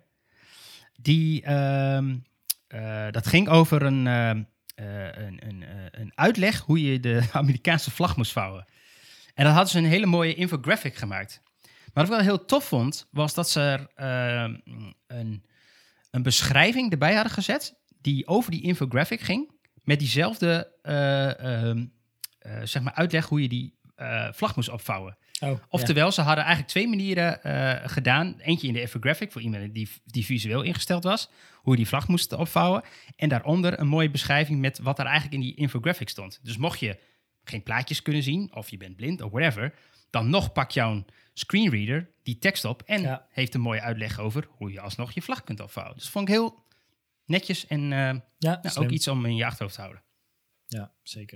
Dat ging over een uitleg hoe je de Amerikaanse vlag moest vouwen. En dat hadden ze een hele mooie infographic gemaakt. Maar wat ik wel heel tof vond, was dat ze er een beschrijving erbij hadden gezet die over die infographic ging, met diezelfde zeg maar uitleg hoe je die vlag moest opvouwen. Oftewel, ze hadden eigenlijk twee manieren gedaan. Eentje in de infographic voor iemand die visueel ingesteld was, hoe je die vlag moest opvouwen. En daaronder een mooie beschrijving met wat er eigenlijk in die infographic stond. Dus mocht je geen plaatjes kunnen zien, of je bent blind of whatever, dan nog pak jouw screenreader die tekst op en heeft een mooie uitleg over hoe je alsnog je vlag kunt opvouwen. Dus dat vond ik heel netjes en ook iets om in je achterhoofd te houden. Ja, zeker.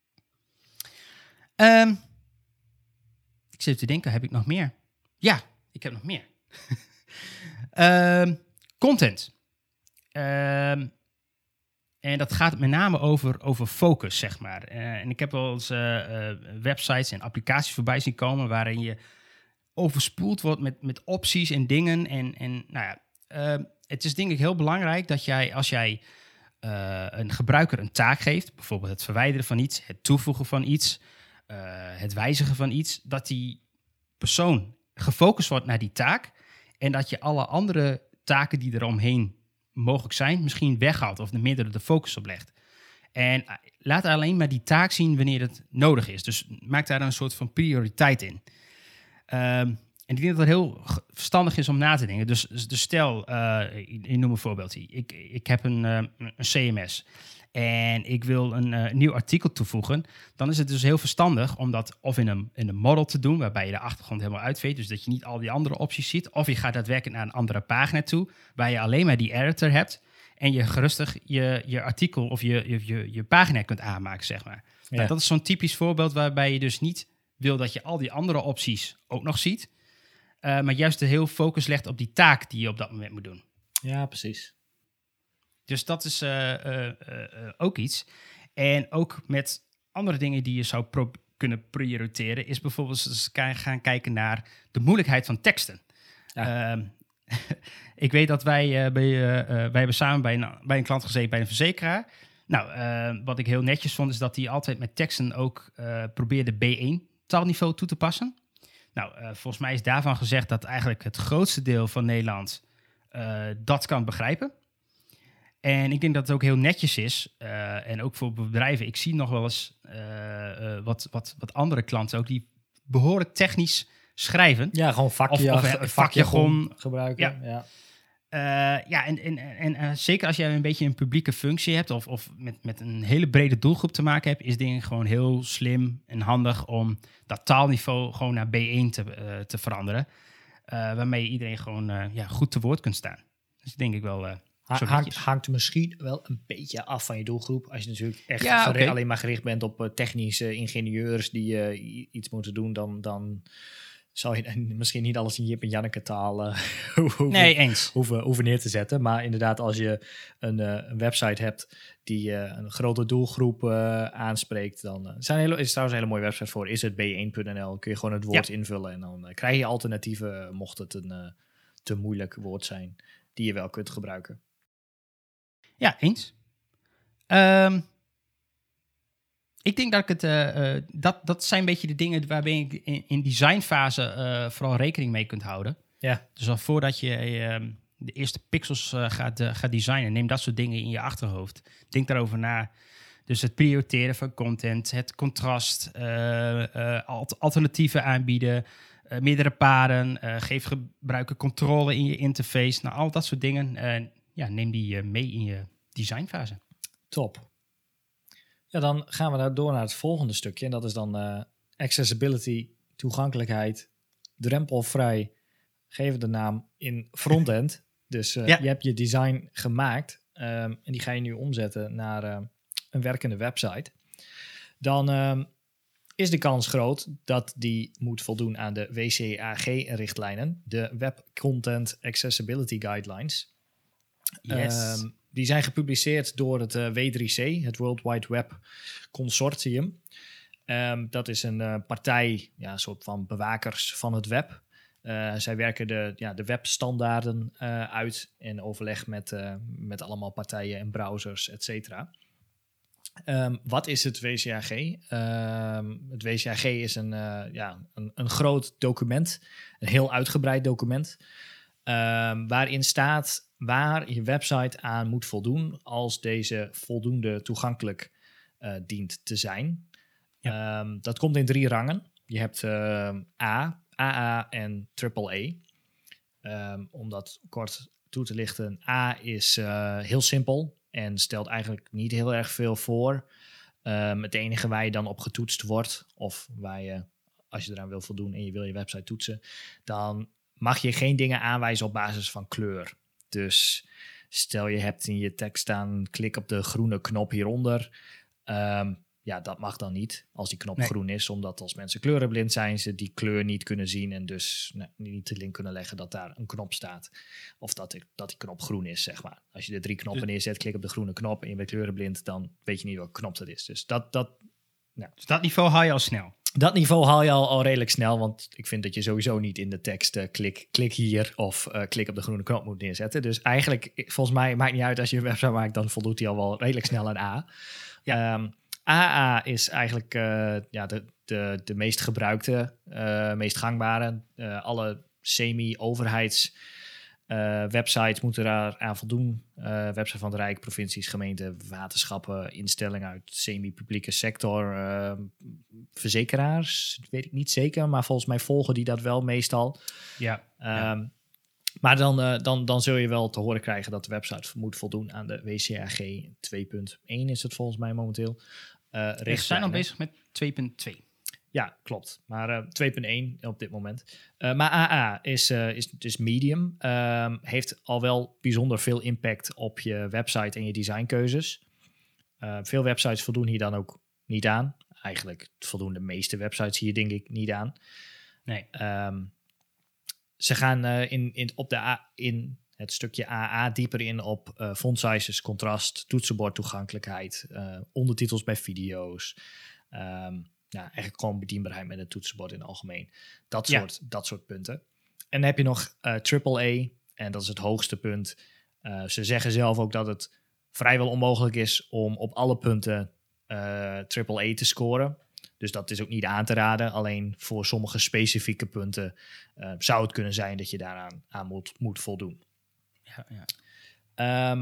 Ik zit te denken, heb ik nog meer? Ja, ik heb nog meer. Content. En dat gaat met name over focus, zeg maar. En ik heb wel eens websites en applicaties voorbij zien komen waarin je overspoeld wordt met opties en dingen. En nou ja, het is denk ik heel belangrijk dat als jij een gebruiker een taak geeft, bijvoorbeeld het verwijderen van iets, het toevoegen van iets, het wijzigen van iets, dat die persoon gefocust wordt naar die taak en dat je alle andere taken die er omheen mogelijk zijn, misschien weghaalt of er minder de focus op legt. En laat alleen maar die taak zien wanneer het nodig is. Dus maak daar een soort van prioriteit in. En ik denk dat het heel verstandig is om na te denken. Dus stel, ik noem een voorbeeld hier. Ik heb een CMS en ik wil een nieuw artikel toevoegen. Dan is het dus heel verstandig om dat of in een model te doen, waarbij je de achtergrond helemaal uitveet, dus dat je niet al die andere opties ziet. Of je gaat daadwerkelijk naar een andere pagina toe, waar je alleen maar die editor hebt en je gerustig je artikel of je pagina kunt aanmaken, zeg maar. Ja. Nou, dat is zo'n typisch voorbeeld waarbij je dus niet wil dat je al die andere opties ook nog ziet, maar juist heel focus legt op die taak die je op dat moment moet doen. Ja, precies. Dus dat is ook iets. En ook met andere dingen die je zou kunnen prioriteren, is bijvoorbeeld gaan kijken naar de moeilijkheid van teksten. Ja. Ik weet dat wij hebben samen bij een klant gezeten bij een verzekeraar. Nou, wat ik heel netjes vond, is dat hij altijd met teksten ook probeerde B1 taalniveau toe te passen. Nou, volgens mij is daarvan gezegd dat eigenlijk het grootste deel van Nederland dat kan begrijpen. En ik denk dat het ook heel netjes is. En ook voor bedrijven. Ik zie nog wel eens wat andere klanten ook. Die behoorlijk technisch schrijven. Ja, gewoon vakjargon gebruiken. Ja. En zeker als jij een beetje een publieke functie hebt of met een hele brede doelgroep te maken hebt, is dingen gewoon heel slim en handig om dat taalniveau gewoon naar B1 te veranderen. Waarmee iedereen gewoon goed te woord kunt staan. Dus denk ik wel... Hangt misschien wel een beetje af van je doelgroep. Als je natuurlijk echt alleen maar gericht bent op technische ingenieurs die iets moeten doen, dan zou je misschien niet alles in Jip en Janneke taal hoeven neer te zetten. Maar inderdaad, als je een website hebt die een grote doelgroep aanspreekt, dan is trouwens een hele mooie website voor. Is het b1.nl? Kun je gewoon het woord invullen en dan krijg je alternatieven mocht het een te moeilijk woord zijn die je wel kunt gebruiken. Ja, eens. Ik denk dat ik dat zijn een beetje de dingen waarbij ik in designfase vooral rekening mee kunt houden. Ja. Dus al voordat je de eerste pixels gaat designen, neem dat soort dingen in je achterhoofd. Denk daarover na. Dus het prioriteren van content, het contrast, alternatieven aanbieden, meerdere paden, geef gebruiker controle in je interface. Nou, al dat soort dingen, neem die mee in je designfase. Top. Ja, dan gaan we door naar het volgende stukje. En dat is dan accessibility, toegankelijkheid, drempelvrij, geef de naam in frontend. Dus je hebt je design gemaakt en die ga je nu omzetten naar een werkende website. Dan is de kans groot dat die moet voldoen aan de WCAG-richtlijnen, de Web Content Accessibility Guidelines. Yes. Die zijn gepubliceerd door het W3C, het World Wide Web Consortium. Dat is een partij, een soort van bewakers van het web. Zij werken de webstandaarden uit in overleg met allemaal partijen en browsers, et cetera. Wat is het WCAG? Het WCAG is een groot document, een heel uitgebreid document, waarin staat waar je website aan moet voldoen als deze voldoende toegankelijk dient te zijn. Ja. Dat komt in 3 rangen. Je hebt A, AA en AAA. Om dat kort toe te lichten. A is heel simpel en stelt eigenlijk niet heel erg veel voor. Het enige waar je dan op getoetst wordt, of waar je, als je eraan wil voldoen en je wil je website toetsen, dan mag je geen dingen aanwijzen op basis van kleur. Dus stel je hebt in je tekst staan, klik op de groene knop hieronder. Dat mag dan niet als die knop groen is, omdat als mensen kleurenblind zijn, ze die kleur niet kunnen zien en dus niet de link kunnen leggen dat daar een knop staat. Of dat die knop groen is, zeg maar. Als je de 3 knoppen neerzet, klik op de groene knop en je bent kleurenblind, dan weet je niet welke knop dat is. Dus dat niveau haal je al snel. Dat niveau haal je al redelijk snel, want ik vind dat je sowieso niet in de tekst klik hier of klik op de groene knop moet neerzetten. Dus eigenlijk, volgens mij, maakt niet uit als je een website maakt, dan voldoet hij al wel redelijk snel aan A. Ja. AA is eigenlijk de meest gebruikte, meest gangbare. Alle semi-overheids websites moeten daar aan voldoen. Website van het Rijk, provincies, gemeenten, waterschappen, instellingen uit de semi-publieke sector, verzekeraars, weet ik niet zeker, maar volgens mij volgen die dat wel meestal. Ja. Maar dan zul je wel te horen krijgen dat de website moet voldoen aan de WCAG 2.1 is het volgens mij momenteel. We zijn al bezig met 2.2. Ja, klopt. Maar 2.1 op dit moment. Maar AA is dus medium. Heeft al wel bijzonder veel impact op je website en je designkeuzes. Veel websites voldoen hier dan ook niet aan. Eigenlijk voldoen de meeste websites hier denk ik niet aan. Nee. Ze gaan in het stukje AA dieper in op font sizes, contrast, toetsenbord toegankelijkheid, ondertitels bij video's. Eigenlijk gewoon bedienbaarheid met het toetsenbord in het algemeen. Dat soort punten. En dan heb je nog AAA, en dat is het hoogste punt. Ze zeggen zelf ook dat het vrijwel onmogelijk is om op alle punten AAA te scoren. Dus dat is ook niet aan te raden. Alleen voor sommige specifieke punten zou het kunnen zijn dat je daaraan moet voldoen. Ja.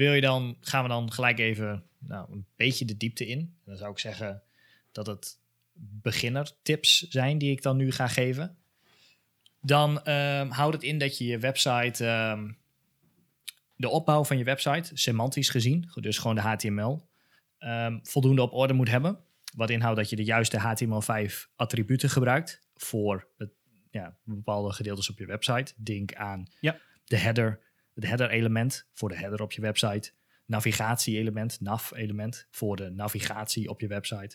Gaan we dan gelijk even een beetje de diepte in. Dan zou ik zeggen dat het beginnertips zijn die ik dan nu ga geven. Dan houdt het in dat je je website, de opbouw van je website, semantisch gezien, dus gewoon de HTML, voldoende op orde moet hebben. Wat inhoudt dat je de juiste HTML5 attributen gebruikt voor bepaalde gedeeltes op je website. Denk aan de header, het header element voor de header op je website. Navigatie element, nav element voor de navigatie op je website.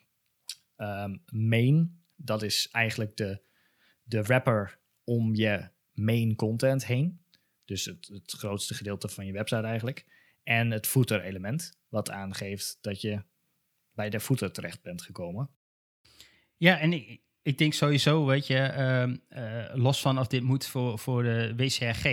Main, dat is eigenlijk de wrapper om je main content heen. Dus het grootste gedeelte van je website eigenlijk. En het footer element, wat aangeeft dat je bij de footer terecht bent gekomen. Ja, en ik denk sowieso, weet je, los van of dit moet voor de WCRG.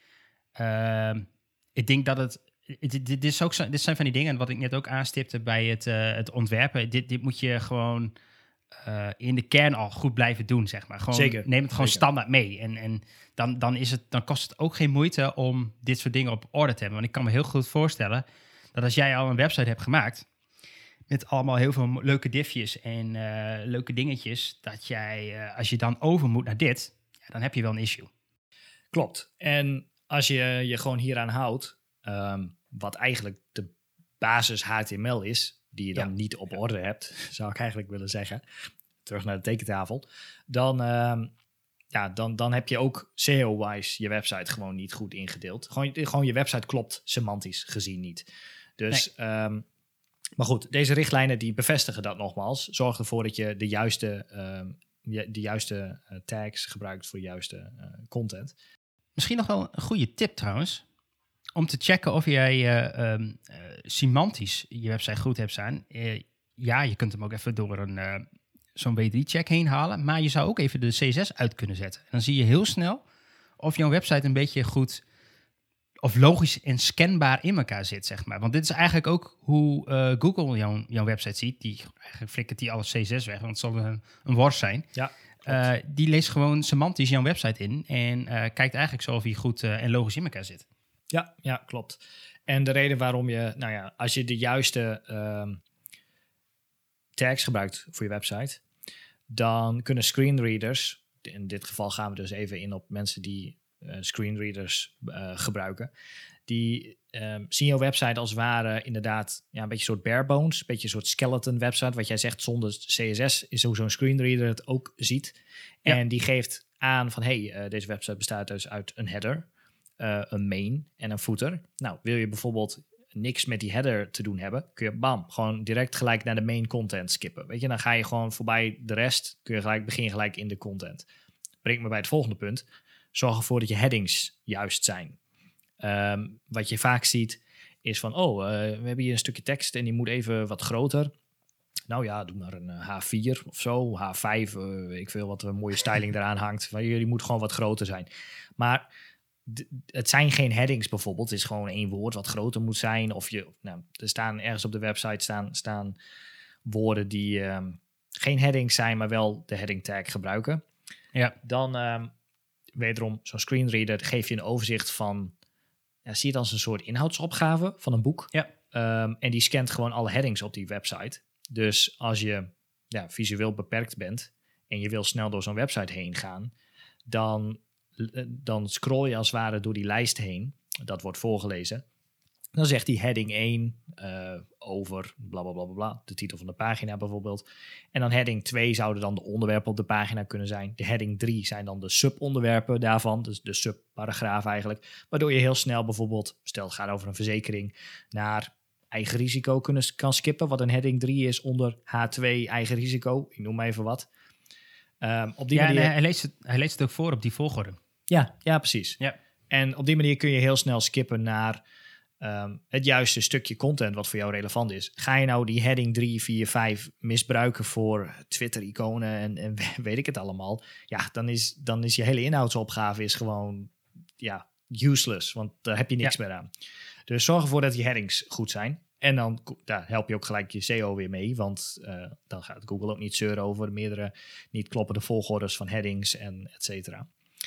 Ik denk dat dit zijn van die dingen, wat ik net ook aanstipte bij het ontwerpen. Dit moet je gewoon in de kern al goed blijven doen, zeg maar. Gewoon, Zeker. Neem het gewoon standaard mee. En dan kost het ook geen moeite om dit soort dingen op orde te hebben. Want ik kan me heel goed voorstellen dat als jij al een website hebt gemaakt met allemaal heel veel leuke diffjes en leuke dingetjes, dat jij, als je dan over moet naar dit, dan heb je wel een issue. Klopt. En als je je gewoon hieraan houdt, wat eigenlijk de basis HTML is, die je dan niet op orde hebt, zou ik eigenlijk willen zeggen, terug naar de tekentafel, dan heb je ook SEO-wise je website gewoon niet goed ingedeeld. Gewoon je website klopt semantisch gezien niet. Dus, maar goed, deze richtlijnen die bevestigen dat nogmaals. Zorg ervoor dat je de juiste tags gebruikt voor de juiste content. Misschien nog wel een goede tip trouwens, om te checken of jij semantisch je website goed hebt staan. Je kunt hem ook even door zo'n W3-check heen halen, maar je zou ook even de CSS uit kunnen zetten. En dan zie je heel snel of jouw website een beetje goed of logisch en scanbaar in elkaar zit, zeg maar. Want dit is eigenlijk ook hoe Google jouw website ziet. Eigenlijk flikkert die alle CSS weg, want het zal een worst zijn. Ja, die leest gewoon semantisch jouw website in en kijkt eigenlijk zo of hij goed en logisch in elkaar zit. Ja, klopt. En de reden waarom je, als je de juiste tags gebruikt voor je website, dan kunnen screenreaders, in dit geval gaan we dus even in op mensen die screenreaders gebruiken, die zien jouw website als het ware inderdaad een beetje een soort bare bones, een beetje een soort skeleton website, wat jij zegt zonder CSS is hoe zo'n screenreader het ook ziet. Ja. En die geeft aan van deze website bestaat dus uit een header, een main en een footer. Nou, wil je bijvoorbeeld niks met die header te doen hebben, kun je gewoon direct gelijk naar de main content skippen. Weet je, dan ga je gewoon voorbij de rest, begin je gelijk in de content. Brengt me bij het volgende punt. Zorg ervoor dat je headings juist zijn. Wat je vaak ziet is van, we hebben hier een stukje tekst en die moet even wat groter. Nou ja, doe maar een H4 of zo, H5, ik weet wat een mooie styling eraan hangt. Die moet gewoon wat groter zijn. Maar het zijn geen headings bijvoorbeeld. Het is gewoon één woord wat groter moet zijn. Of er staan ergens op de website staan woorden die geen headings zijn, maar wel de heading tag gebruiken. Ja. Dan wederom zo'n screenreader geeft je een overzicht van, zie je het als een soort inhoudsopgave van een boek. Ja. En die scant gewoon alle headings op die website. Dus als je visueel beperkt bent en je wil snel door zo'n website heen gaan, dan scroll je als het ware door die lijst heen. Dat wordt voorgelezen. Dan zegt die heading 1 over blablabla, de titel van de pagina bijvoorbeeld. En dan heading 2 zouden dan de onderwerpen op de pagina kunnen zijn. De heading 3 zijn dan de subonderwerpen daarvan, dus de subparagraaf eigenlijk. Waardoor je heel snel bijvoorbeeld, stel het gaat over een verzekering, naar eigen risico kan skippen. Wat een heading 3 is onder H2 eigen risico. Ik noem maar even wat. Op die manier... hij leest het ook voor op die volgorde. Ja, precies. Ja. En op die manier kun je heel snel skippen naar het juiste stukje content wat voor jou relevant is. Ga je nou die heading 3, 4, 5 misbruiken voor Twitter-iconen en weet ik het allemaal, dan is je hele inhoudsopgave is gewoon useless, want daar heb je niks meer aan. Dus zorg ervoor dat die headings goed zijn. En dan help je ook gelijk je SEO weer mee, want dan gaat Google ook niet zeuren over meerdere niet kloppende volgordes van headings en et cetera.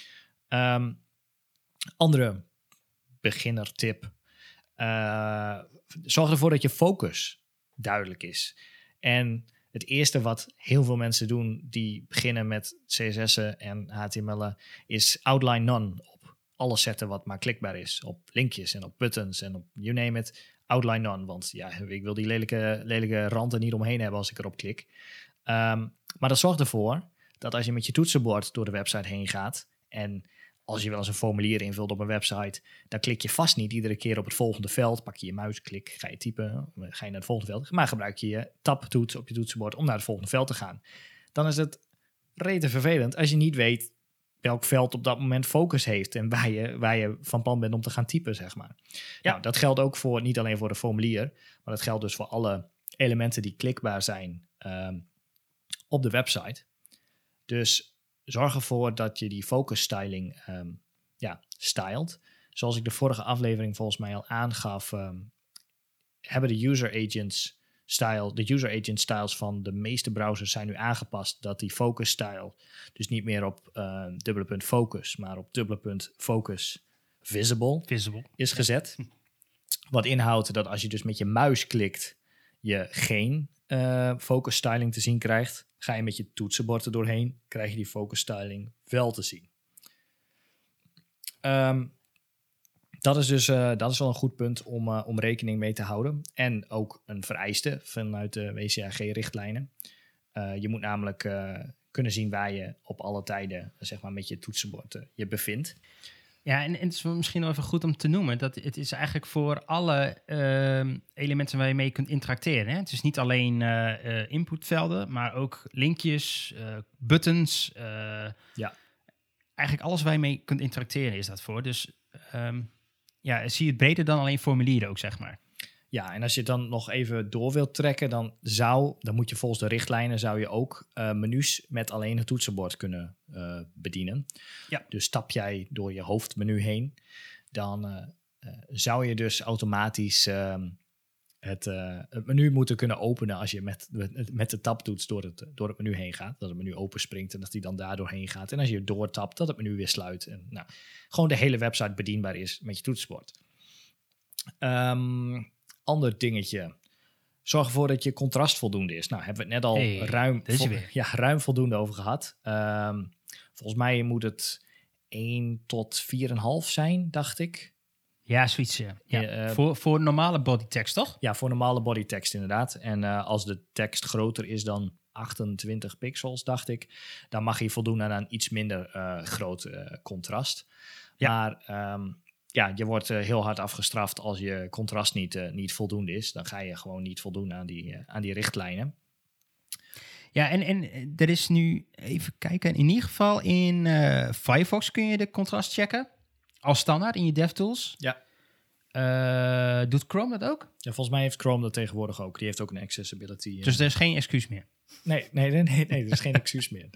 Andere beginnertip. Zorg ervoor dat je focus duidelijk is. En het eerste wat heel veel mensen doen die beginnen met CSS'en en HTML'en is outline none op alles zetten wat maar klikbaar is. Op linkjes en op buttons en op you name it. Outline none, want ja, ik wil die lelijke rand er niet omheen hebben als ik erop klik. Maar dat zorgt ervoor dat als je met je toetsenbord door de website heen gaat en als je wel eens een formulier invult op een website, dan klik je vast niet iedere keer op het volgende veld. Pak je je muisklik, ga je typen, ga je naar het volgende veld. Maar gebruik je je tabtoets op je toetsenbord om naar het volgende veld te gaan. Dan is het rete vervelend als je niet weet welk veld op dat moment focus heeft en waar je van plan bent om te gaan typen, zeg maar. Ja. Nou, dat geldt ook voor niet alleen voor de formulier, maar dat geldt dus voor alle elementen die klikbaar zijn op de website. Dus zorg ervoor dat je die focus styling stylt. Zoals ik de vorige aflevering volgens mij al aangaf, hebben de user agent styles van de meeste browsers zijn nu aangepast dat die focus style dus niet meer op ;focus, maar op ;focus visible is gezet. Wat inhoudt dat als je dus met je muis klikt, je geen focus styling te zien krijgt. Ga je met je toetsenbord er doorheen, krijg je die focus styling wel te zien. Dat is wel een goed punt om rekening mee te houden. En ook een vereiste vanuit de WCAG-richtlijnen. Je moet namelijk kunnen zien waar je op alle tijden zeg maar, met je toetsenbord je bevindt. Ja, en het is misschien wel even goed om te noemen dat het is eigenlijk voor alle elementen waar je mee kunt interacteren. Hè? Het is niet alleen inputvelden, maar ook linkjes, buttons. Eigenlijk alles waar je mee kunt interacteren is dat voor. Dus zie je het breder dan alleen formulieren ook, zeg maar. Ja, en als je het dan nog even door wilt trekken, dan moet je volgens de richtlijnen zou je ook menus met alleen het toetsenbord kunnen bedienen. Ja. Dus stap jij door je hoofdmenu heen, dan zou je dus automatisch het menu moeten kunnen openen als je met de tabtoets door het menu heen gaat. Dat het menu openspringt en dat die dan daar doorheen gaat. En als je doortapt, dat het menu weer sluit. En gewoon de hele website bedienbaar is met je toetsenbord. Ander dingetje. Zorg ervoor dat je contrast voldoende is. Nou, hebben we het net al ruim voldoende over gehad. Volgens mij moet het 1 tot 4,5 zijn, dacht ik. Ja, zoiets. Ja. Voor normale bodytext, toch? Ja, voor normale bodytext inderdaad. En als de tekst groter is dan 28 pixels, dacht ik, dan mag je voldoen aan een iets minder groot contrast. Ja. Maar je wordt heel hard afgestraft als je contrast niet voldoende is. Dan ga je gewoon niet voldoen aan die richtlijnen. Ja, en er is nu, even kijken, in ieder geval in Firefox kun je de contrast checken. Als standaard in je DevTools. Ja. Doet Chrome dat ook? Ja, volgens mij heeft Chrome dat tegenwoordig ook. Die heeft ook een accessibility. Dus er is geen excuus meer? Nee, er is geen excuus meer.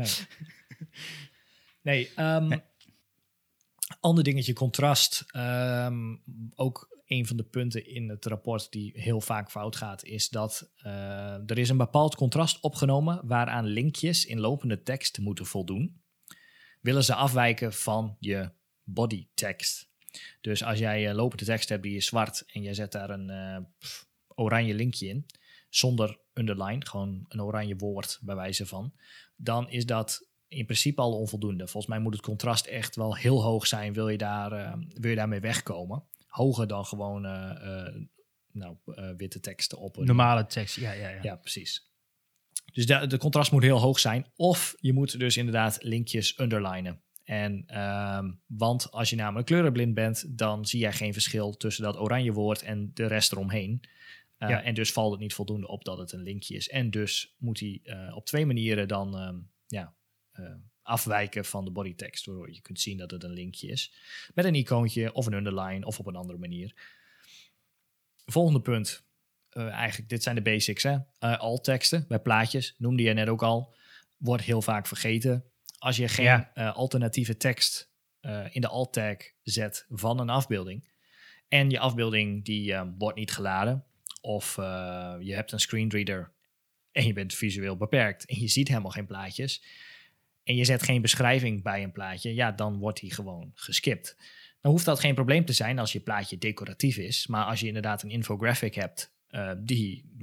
Nee. Ander dingetje, contrast. Ook een van de punten in het rapport die heel vaak fout gaat, is dat er is een bepaald contrast opgenomen waaraan linkjes in lopende tekst moeten voldoen. Willen ze afwijken van je bodytekst. Dus als jij lopende tekst hebt die is zwart en je zet daar een oranje linkje in, zonder underline, gewoon een oranje woord bij wijze van, dan is dat in principe al onvoldoende. Volgens mij moet het contrast echt wel heel hoog zijn, wil je daarmee wegkomen. Hoger dan gewoon witte teksten op een normale tekst, ja. Ja, precies. Dus de contrast moet heel hoog zijn. Of je moet dus inderdaad linkjes underlinen. En want als je namelijk kleurenblind bent, dan zie jij geen verschil tussen dat oranje woord en de rest eromheen. En dus valt het niet voldoende op dat het een linkje is. En dus moet hij op 2 manieren dan afwijken van de bodytekst, waardoor je kunt zien dat het een linkje is. Met een icoontje of een underline of op een andere manier. Volgende punt. Eigenlijk, dit zijn de basics. Alt-teksten bij plaatjes, noemde je net ook al. Wordt heel vaak vergeten. Als je geen alternatieve tekst in de alt-tag zet van een afbeelding en je afbeelding die wordt niet geladen of je hebt een screenreader en je bent visueel beperkt en je ziet helemaal geen plaatjes en je zet geen beschrijving bij een plaatje, dan wordt die gewoon geskipt. Dan hoeft dat geen probleem te zijn als je plaatje decoratief is, maar als je inderdaad een infographic hebt die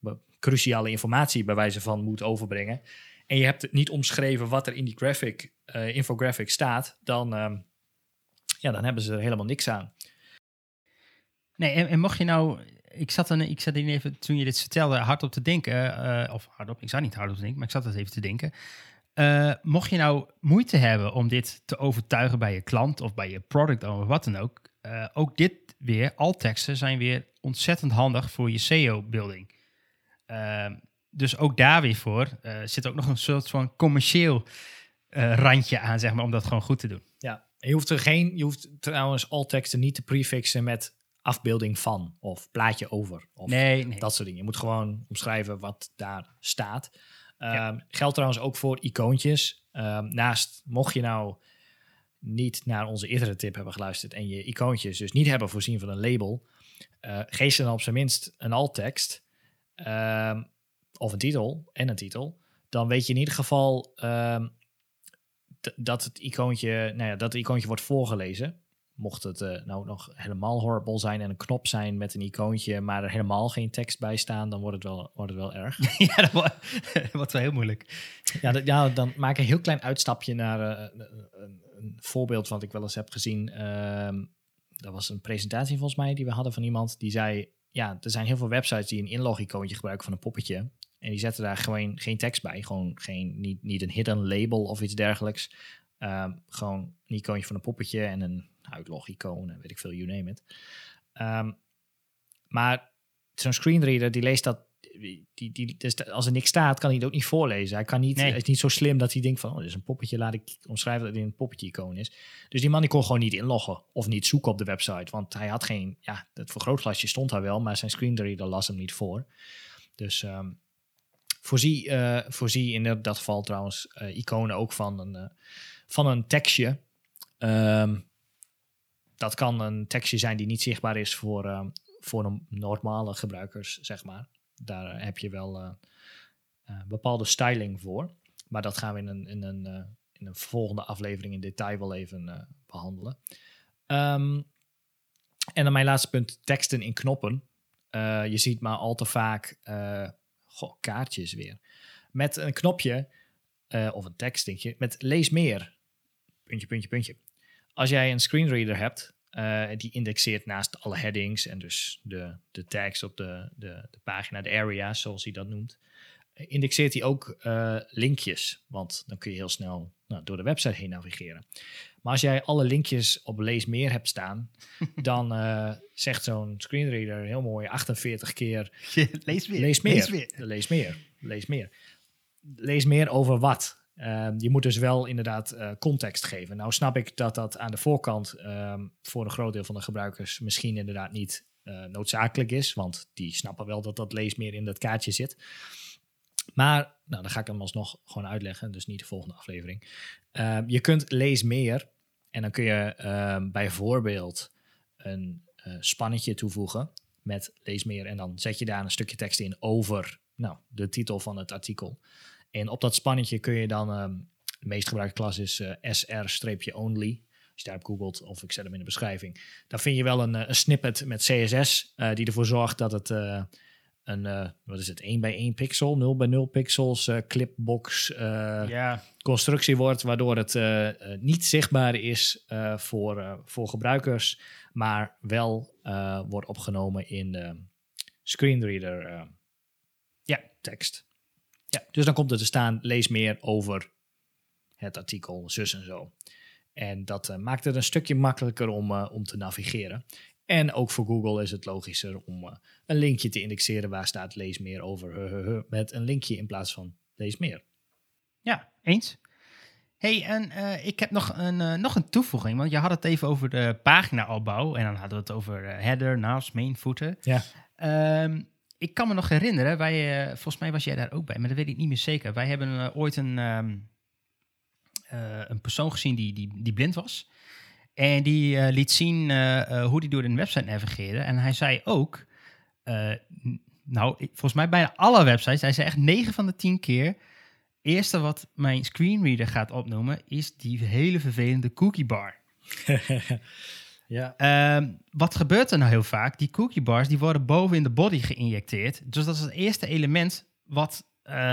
cruciale informatie bij wijze van moet overbrengen. En je hebt het niet omschreven wat er in die infographic staat, dan hebben ze er helemaal niks aan. Nee, en mocht je nou... Ik zat hier even, toen je dit vertelde, hardop te denken. Ik zat niet hardop te denken, maar ik zat het even te denken. Mocht je nou moeite hebben om dit te overtuigen bij je klant of bij je product owner, wat dan ook. Ook dit weer, alt-teksten zijn weer ontzettend handig voor je SEO-building. Dus ook daar weer voor zit ook nog een soort van commercieel randje aan, zeg maar, om dat gewoon goed te doen. Ja, je hoeft trouwens alt-teksten niet te prefixen met afbeelding van of plaatje over. Of nee. Dat soort dingen. Je moet gewoon omschrijven wat daar staat. Geldt trouwens ook voor icoontjes. Mocht je nou niet naar onze eerdere tip hebben geluisterd en je icoontjes dus niet hebben voorzien van een label, geef ze dan op zijn minst een alt-tekst of een titel. Dan weet je in ieder geval dat het icoontje wordt voorgelezen. Mocht het nou nog helemaal horrible zijn en een knop zijn met een icoontje, maar er helemaal geen tekst bij staan, dan wordt het wel erg. Ja, dat wordt wel heel moeilijk. Dan maak ik een heel klein uitstapje naar een voorbeeld wat ik wel eens heb gezien. Dat was een presentatie volgens mij die we hadden van iemand die zei, ja, er zijn heel veel websites die een inlog-icoontje gebruiken van een poppetje. En die zetten daar gewoon geen tekst bij. Gewoon niet een hidden label of iets dergelijks. Gewoon een icoontje van een poppetje en een uitlog-icoon, weet ik veel, you name it. Maar zo'n screenreader, die leest dat, dus als er niks staat, kan hij het ook niet voorlezen. Hij kan niet, Hij is niet zo slim dat hij denkt van, dit is een poppetje, laat ik omschrijven dat dit een poppetje-icoon is. Dus die man die kon gewoon niet inloggen of niet zoeken op de website, want hij had geen, het vergrootglasje stond daar wel, maar zijn screenreader las hem niet voor. Dus voorzie in dat geval trouwens iconen ook van een tekstje. Dat kan een tekstje zijn die niet zichtbaar is voor een normale gebruikers, zeg maar. Daar heb je wel bepaalde styling voor. Maar dat gaan we in een volgende aflevering in detail wel even behandelen. En dan mijn laatste punt, teksten in knoppen. Je ziet maar al te vaak kaartjes weer. Met een knopje of een tekstdingetje met lees meer. Puntje, puntje, puntje. Als jij een screenreader hebt, die indexeert naast alle headings en dus de tags op de pagina, de areas, zoals hij dat noemt, indexeert hij ook linkjes, want dan kun je heel snel door de website heen navigeren. Maar als jij alle linkjes op lees meer hebt staan, dan zegt zo'n screenreader heel mooi 48 keer lees meer over wat. Je moet dus wel inderdaad context geven. Nou snap ik dat aan de voorkant voor een groot deel van de gebruikers misschien inderdaad niet noodzakelijk is, want die snappen wel dat lees meer in dat kaartje zit. Maar dan ga ik hem alsnog gewoon uitleggen, dus niet de volgende aflevering. Je kunt lees meer en dan kun je bijvoorbeeld een spannetje toevoegen met lees meer en dan zet je daar een stukje tekst in over de titel van het artikel. En op dat spannetje kun je dan, de meest gebruikte klas is SR-only. Als je daarop googelt, of ik zet hem in de beschrijving, dan vind je wel een snippet met CSS die ervoor zorgt dat het een 1x1 pixel, 0x0 pixels clipbox constructie wordt, waardoor het niet zichtbaar is voor gebruikers, maar wel wordt opgenomen in de screenreader tekst. Ja, dus dan komt er te staan, lees meer over het artikel, zus en zo. En dat maakt het een stukje makkelijker om te navigeren. En ook voor Google is het logischer om een linkje te indexeren waar staat lees meer over met een linkje in plaats van lees meer. Ja, eens. Hey, en ik heb nog een toevoeging, want je had het even over de paginaopbouw en dan hadden we het over header, navs, main, footer. Ja. Ik kan me nog herinneren, volgens mij was jij daar ook bij, maar dat weet ik niet meer zeker. Wij hebben ooit een persoon gezien die blind was. En die liet zien hoe hij door de website navigeerde. En hij zei ook, volgens mij bijna alle websites, hij zei echt 9 van de 10 keer, eerste wat mijn screenreader gaat opnoemen, is die hele vervelende cookie bar. Ja. Wat gebeurt er nou heel vaak? Die cookie bars die worden boven in de body geïnjecteerd. Dus dat is het eerste element wat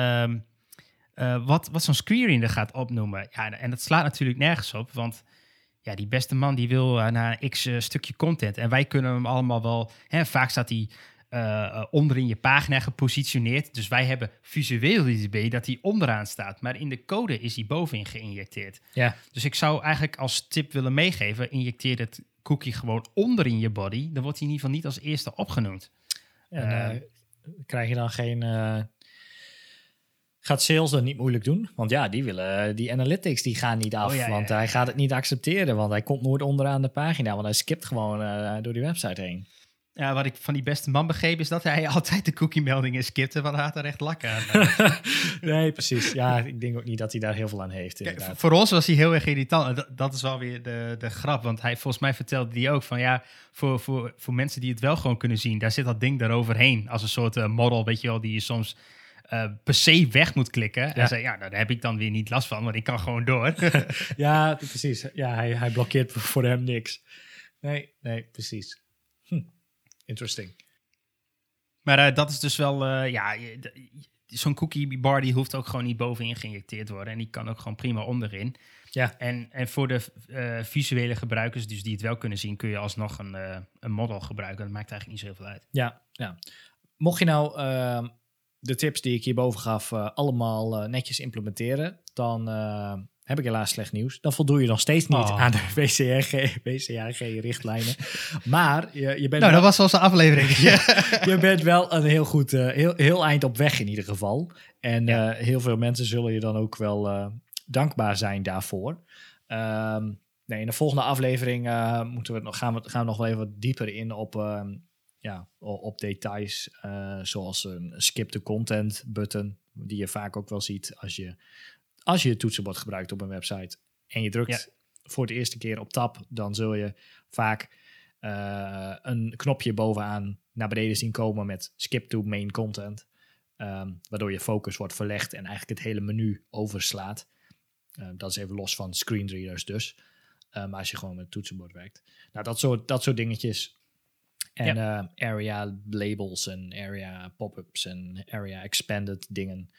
zo'n screenreader gaat opnoemen. Ja, en dat slaat natuurlijk nergens op, want ja, die beste man die wil naar een x stukje content. En wij kunnen hem allemaal wel... vaak staat hij onderin je pagina gepositioneerd. Dus wij hebben visueel het idee dat hij onderaan staat. Maar in de code is hij bovenin geïnjecteerd. Ja. Dus ik zou eigenlijk als tip willen meegeven... injecteer het cookie gewoon onderin je body. Dan wordt hij in ieder geval niet als eerste opgenoemd. Krijg je dan geen... Gaat sales dan niet moeilijk doen? Want ja, die analytics die gaan niet af. Want hij gaat het niet accepteren. Want hij komt nooit onderaan de pagina. Want hij skipt gewoon door die website heen. Ja, wat ik van die beste man begreep is dat hij altijd de cookie-meldingen skipte, want hij had er echt lak aan. Nee, precies. Ja, ik denk ook niet dat hij daar heel veel aan heeft. Kijk, voor ons was hij heel erg irritant. En dat is wel weer de grap, want volgens mij vertelde hij ook van ja, voor mensen die het wel gewoon kunnen zien, daar zit dat ding eroverheen als een soort model, weet je wel, die je soms per se weg moet klikken. Ja. En zei, ja, nou, daar heb ik dan weer niet last van, want ik kan gewoon door. Ja, precies. Ja, hij blokkeert voor hem niks. Nee, precies. Interesting. Maar dat is dus wel, zo'n cookie bar die hoeft ook gewoon niet bovenin geïnjecteerd te worden. En die kan ook gewoon prima onderin. Ja. En voor de visuele gebruikers, dus die het wel kunnen zien, kun je alsnog een model gebruiken. Dat maakt eigenlijk niet zoveel uit. Ja. Mocht je nou de tips die ik hierboven gaf allemaal netjes implementeren, dan heb ik helaas slecht nieuws. Dan voldoe je nog steeds niet aan de WCAG-richtlijnen. Maar je bent... Nou, dat was onze aflevering. Je bent wel een heel goed, heel eind op weg in ieder geval. En heel veel mensen zullen je dan ook wel dankbaar zijn daarvoor. In de volgende aflevering gaan we nog wel even wat dieper in op details. Zoals een skip the content button, die je vaak ook wel ziet als je het toetsenbord gebruikt op een website en je drukt voor de eerste keer op tab, dan zul je vaak een knopje bovenaan naar beneden zien komen met skip to main content. Waardoor je focus wordt verlegd en eigenlijk het hele menu overslaat. Dat is even los van screenreaders dus. Maar als je gewoon met het toetsenbord werkt. Nou, dat soort dingetjes. En area labels en area pop-ups en area expanded dingen.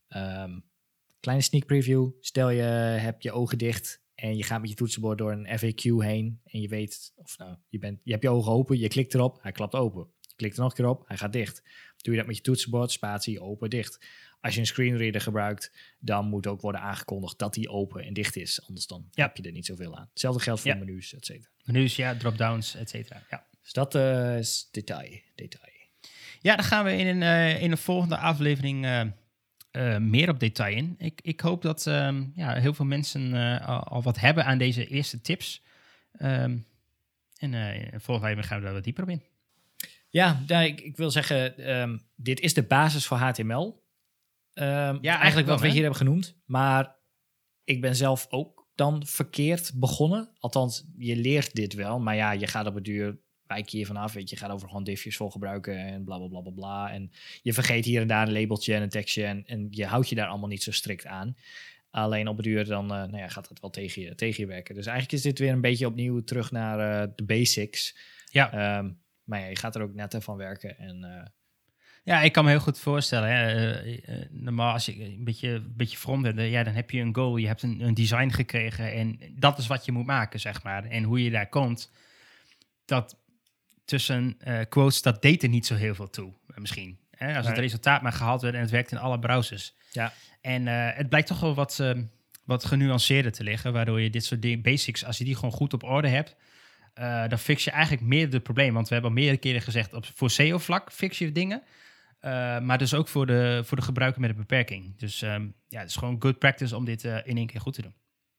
Kleine sneak preview. Stel je hebt je ogen dicht en je gaat met je toetsenbord door een FAQ heen. En je weet, je hebt je ogen open, je klikt erop, hij klapt open. Je klikt er nog een keer op, hij gaat dicht. Doe je dat met je toetsenbord, spatie, open, dicht. Als je een screenreader gebruikt, dan moet ook worden aangekondigd dat die open en dicht is. Anders dan heb je er niet zoveel aan. Hetzelfde geldt voor menus, et cetera. Menus, drop-downs, et cetera. Ja. Dus dat is detail. Ja, dan gaan we in een volgende aflevering meer op detail in. Ik hoop dat heel veel mensen al wat hebben aan deze eerste tips. En volgende aflevering gaan we daar wat dieper op in. Ja, ik wil zeggen, dit is de basis voor HTML. Eigenlijk wat we hier hebben genoemd. Maar ik ben zelf ook dan verkeerd begonnen. Althans, je leert dit wel. Maar ja, je gaat op het duur, wijk je hiervan af. Weet je, gaat over gewoon diffjes voor gebruiken en bla, bla, bla, bla, bla. En je vergeet hier en daar een labeltje en een tekstje. En je houdt je daar allemaal niet zo strikt aan. Alleen op het duur dan gaat dat wel tegen je werken. Dus eigenlijk is dit weer een beetje opnieuw terug naar de basics. Ja. Maar ja, je gaat er ook net van werken. En ja, ik kan me heel goed voorstellen. Normaal als je een beetje frontend, dan heb je een goal. Je hebt een design gekregen en dat is wat je moet maken, zeg maar. En hoe je daar komt, dat tussen quotes, dat deed er niet zo heel veel toe, misschien. Als het resultaat maar gehaald werd en het werkt in alle browsers. Ja. En het blijkt toch wel wat genuanceerder te liggen, waardoor je dit soort basics, als je die gewoon goed op orde hebt, dan fix je eigenlijk meer de probleem. Want we hebben al meerdere keren gezegd, voor SEO-vlak fix je dingen. Maar dus ook voor de gebruiker met een beperking. Dus het is gewoon good practice om dit in één keer goed te doen.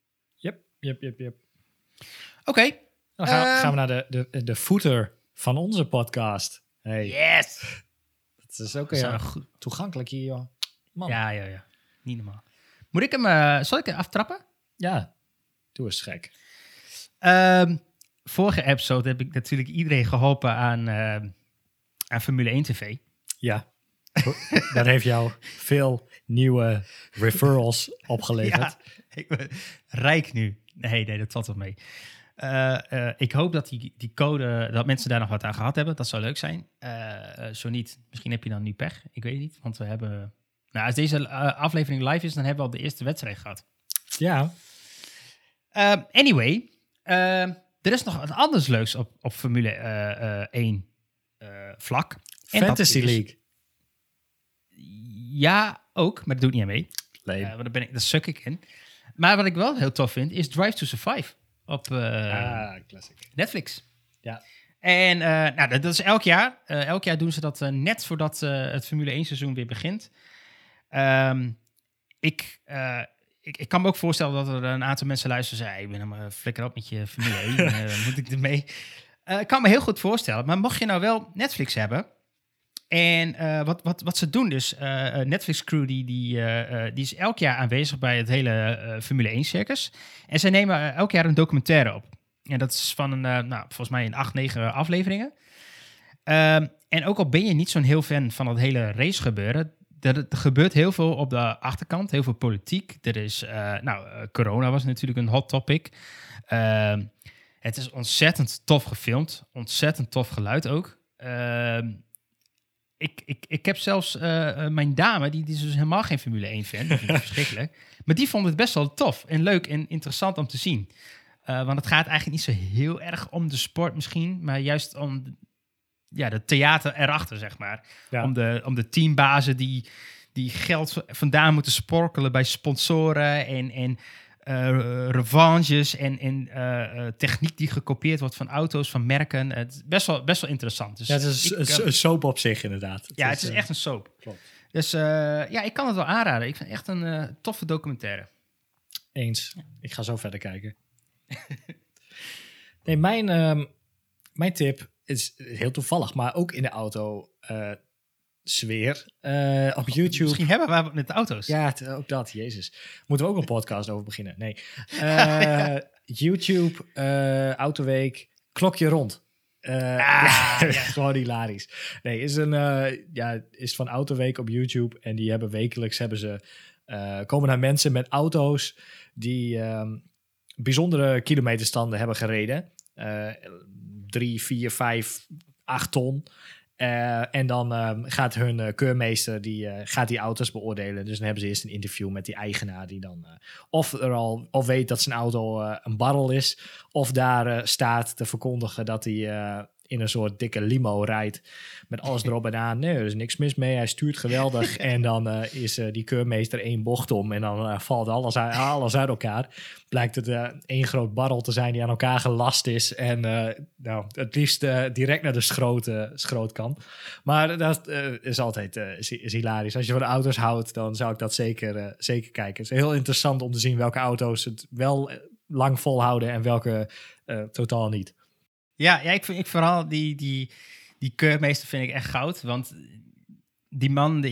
Yep. Oké. Dan gaan we naar de footer van onze podcast. Hey. Yes! Dat is ook toegankelijk hier, joh. Man. Ja. Niet normaal. Moet ik hem... zal ik hem aftrappen? Ja. Doe eens gek. Vorige episode heb ik natuurlijk iedereen geholpen aan Formule 1 TV. Ja. Daar heeft jou veel nieuwe referrals opgeleverd. Ja, ik ben rijk nu. Nee, dat valt wel mee. Ik hoop dat die code, dat mensen daar nog wat aan gehad hebben. Dat zou leuk zijn. Zo niet, misschien heb je dan nu pech. Ik weet het niet, want we hebben... Nou, als deze aflevering live is, dan hebben we al de eerste wedstrijd gehad. Ja. Anyway, er is nog wat anders leuks op Formule 1 vlak. En Fantasy League. Ja, ook, maar dat doe ik niet aan mee. Nee. Daar suk ik in. Maar wat ik wel heel tof vind, is Drive to Survive op classic. Netflix. Ja. En dat is elk jaar. Elk jaar doen ze dat net voordat het Formule 1 seizoen weer begint. Ik kan me ook voorstellen dat er een aantal mensen luisteren en zeggen, ik ben helemaal flikker op met je Formule 1, moet ik ermee? Ik kan me heel goed voorstellen, maar mocht je nou wel Netflix hebben, en wat ze doen dus, Netflix crew die is elk jaar aanwezig bij het hele Formule 1 circus. En ze nemen elk jaar een documentaire op. En dat is van volgens mij in 8, 9 afleveringen. En ook al ben je niet zo'n heel fan van het hele race gebeuren, er gebeurt heel veel op de achterkant, heel veel politiek. Er is, corona was natuurlijk een hot topic. Het is ontzettend tof gefilmd, ontzettend tof geluid ook. Ik heb zelfs mijn dame, die is dus helemaal geen Formule 1 fan, die vindt het verschrikkelijk. Maar die vond het best wel tof en leuk en interessant om te zien. Want het gaat eigenlijk niet zo heel erg om de sport misschien, maar juist om de theater erachter, zeg maar. Ja. Om de teambazen die geld vandaan moeten sporkelen bij sponsoren en revanches en techniek die gekopieerd wordt van auto's, van merken. Het is best wel interessant. Dus het is een soap op zich inderdaad. Het is echt een soap. Klopt. Dus ik kan het wel aanraden. Ik vind het echt een toffe documentaire. Eens. Ja. Ik ga zo verder kijken. Nee, mijn tip is heel toevallig, maar ook in de auto sfeer. Op YouTube. Misschien hebben we het met de auto's. Ja, ook dat, jezus. Moeten we ook een podcast over beginnen? Nee. YouTube, Autoweek, klokje rond. Gewoon hilarisch. Nee, is van Autoweek op YouTube. En die hebben wekelijks komen daar mensen met auto's die bijzondere kilometerstanden hebben gereden. 3, 4, 5, 8 ton. En dan gaat hun keurmeester gaat die auto's beoordelen. Dus dan hebben ze eerst een interview met die eigenaar die dan of weet dat zijn auto een barrel is, of daar staat te verkondigen dat hij in een soort dikke limo rijdt met alles erop en aan. Nee, er is niks mis mee. Hij stuurt geweldig. En dan is die keurmeester 1 bocht om en dan valt alles uit elkaar. Blijkt het één groot barrel te zijn die aan elkaar gelast is. En het liefst direct naar de schroot kan. Maar dat is altijd is hilarisch. Als je van de auto's houdt, dan zou ik dat zeker kijken. Het is heel interessant om te zien welke auto's het wel lang volhouden en welke totaal niet. Ja, ik vind vooral die keurmeester vind ik echt goud. Want die man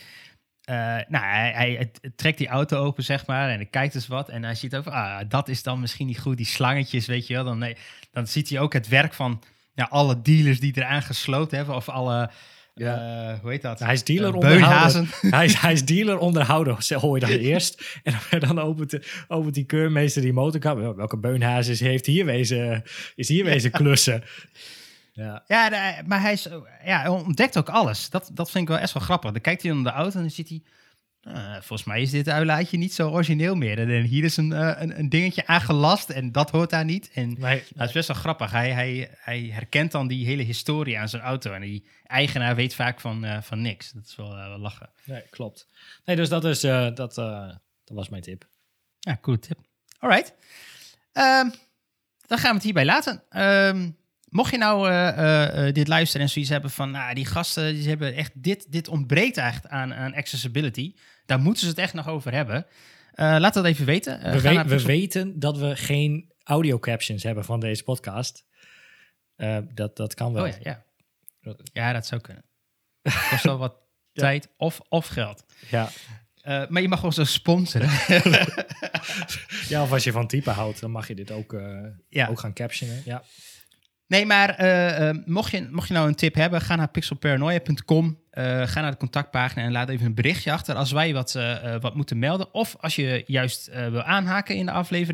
hij trekt die auto open, zeg maar. En hij kijkt eens wat. En hij ziet ook, dat is dan misschien niet goed. Die slangetjes, weet je wel. Dan ziet hij ook het werk van alle dealers die eraan gesloten hebben. Of alle... hoe heet dat? Hij is dealer onderhouden. Hij is dealer onderhouden, hoor je dan eerst. En dan opent die keurmeester die motorkap. Welke beunhazen heeft hier wezen klussen? Maar hij ontdekt ook alles. Dat vind ik wel echt wel grappig. Dan kijkt hij onder de auto en dan ziet hij... volgens mij is dit uitlaatje niet zo origineel meer. En hier is een dingetje aangelast en dat hoort daar niet. En dat is best wel grappig. Hij herkent dan die hele historie aan zijn auto. En die eigenaar weet vaak van niks. Dat is wel lachen. Nee, klopt. Nee, dus dat was mijn tip. Ja, cool tip. All right. Dan gaan we het hierbij laten. Mocht je nou dit luisteren en zoiets hebben van... die gasten die hebben echt dit ontbreekt echt aan accessibility. Daar moeten ze het echt nog over hebben. Laat dat even weten. We weten dat we geen audio captions hebben van deze podcast. Dat kan wel. Oh ja, dat zou kunnen. Het kost wel wat tijd of geld. Ja. Maar je mag gewoon zo sponsoren. Ja, of als je van type houdt, dan mag je dit ook gaan captionen. Ja. Nee, maar mocht je nou een tip hebben, ga naar pixelparanoia.com. Ga naar de contactpagina en laat even een berichtje achter als wij wat moeten melden. Of als je juist wil aanhaken in de aflevering.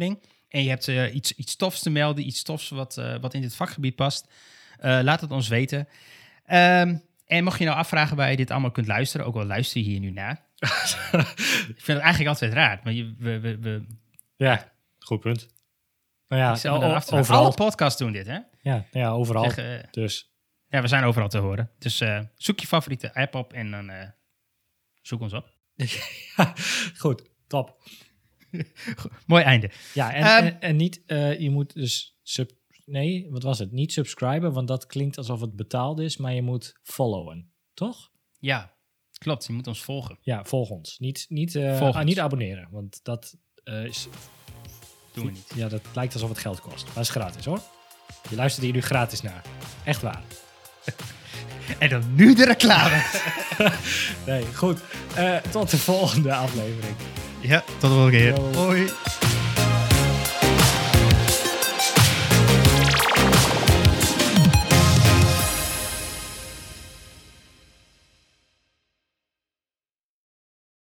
en je hebt iets tofs te melden, iets tofs wat in dit vakgebied past, laat het ons weten. En mocht je nou afvragen waar je dit allemaal kunt luisteren, ook al luister je hier nu naar. Ik vind het eigenlijk altijd raar. Maar Ja, goed punt. Nou ja, overal. Alle podcasts doen dit, hè? Ja, overal. Dus. Ja, we zijn overal te horen. Dus zoek je favoriete app op en dan zoek ons op. Ja, goed, top. Mooi einde. Ja, en niet, je moet dus... wat was het? Niet subscriben, want dat klinkt alsof het betaald is, maar je moet followen, toch? Ja, klopt. Je moet ons volgen. Ja, volg ons. Niet abonneren, want dat is... Doen we niet. Ja, dat lijkt alsof het geld kost. Maar het is gratis, hoor. Je luistert hier nu gratis naar. Echt waar. En dan nu de reclame. Nee, goed. Tot de volgende aflevering. Ja, tot de volgende keer. Yo. Hoi.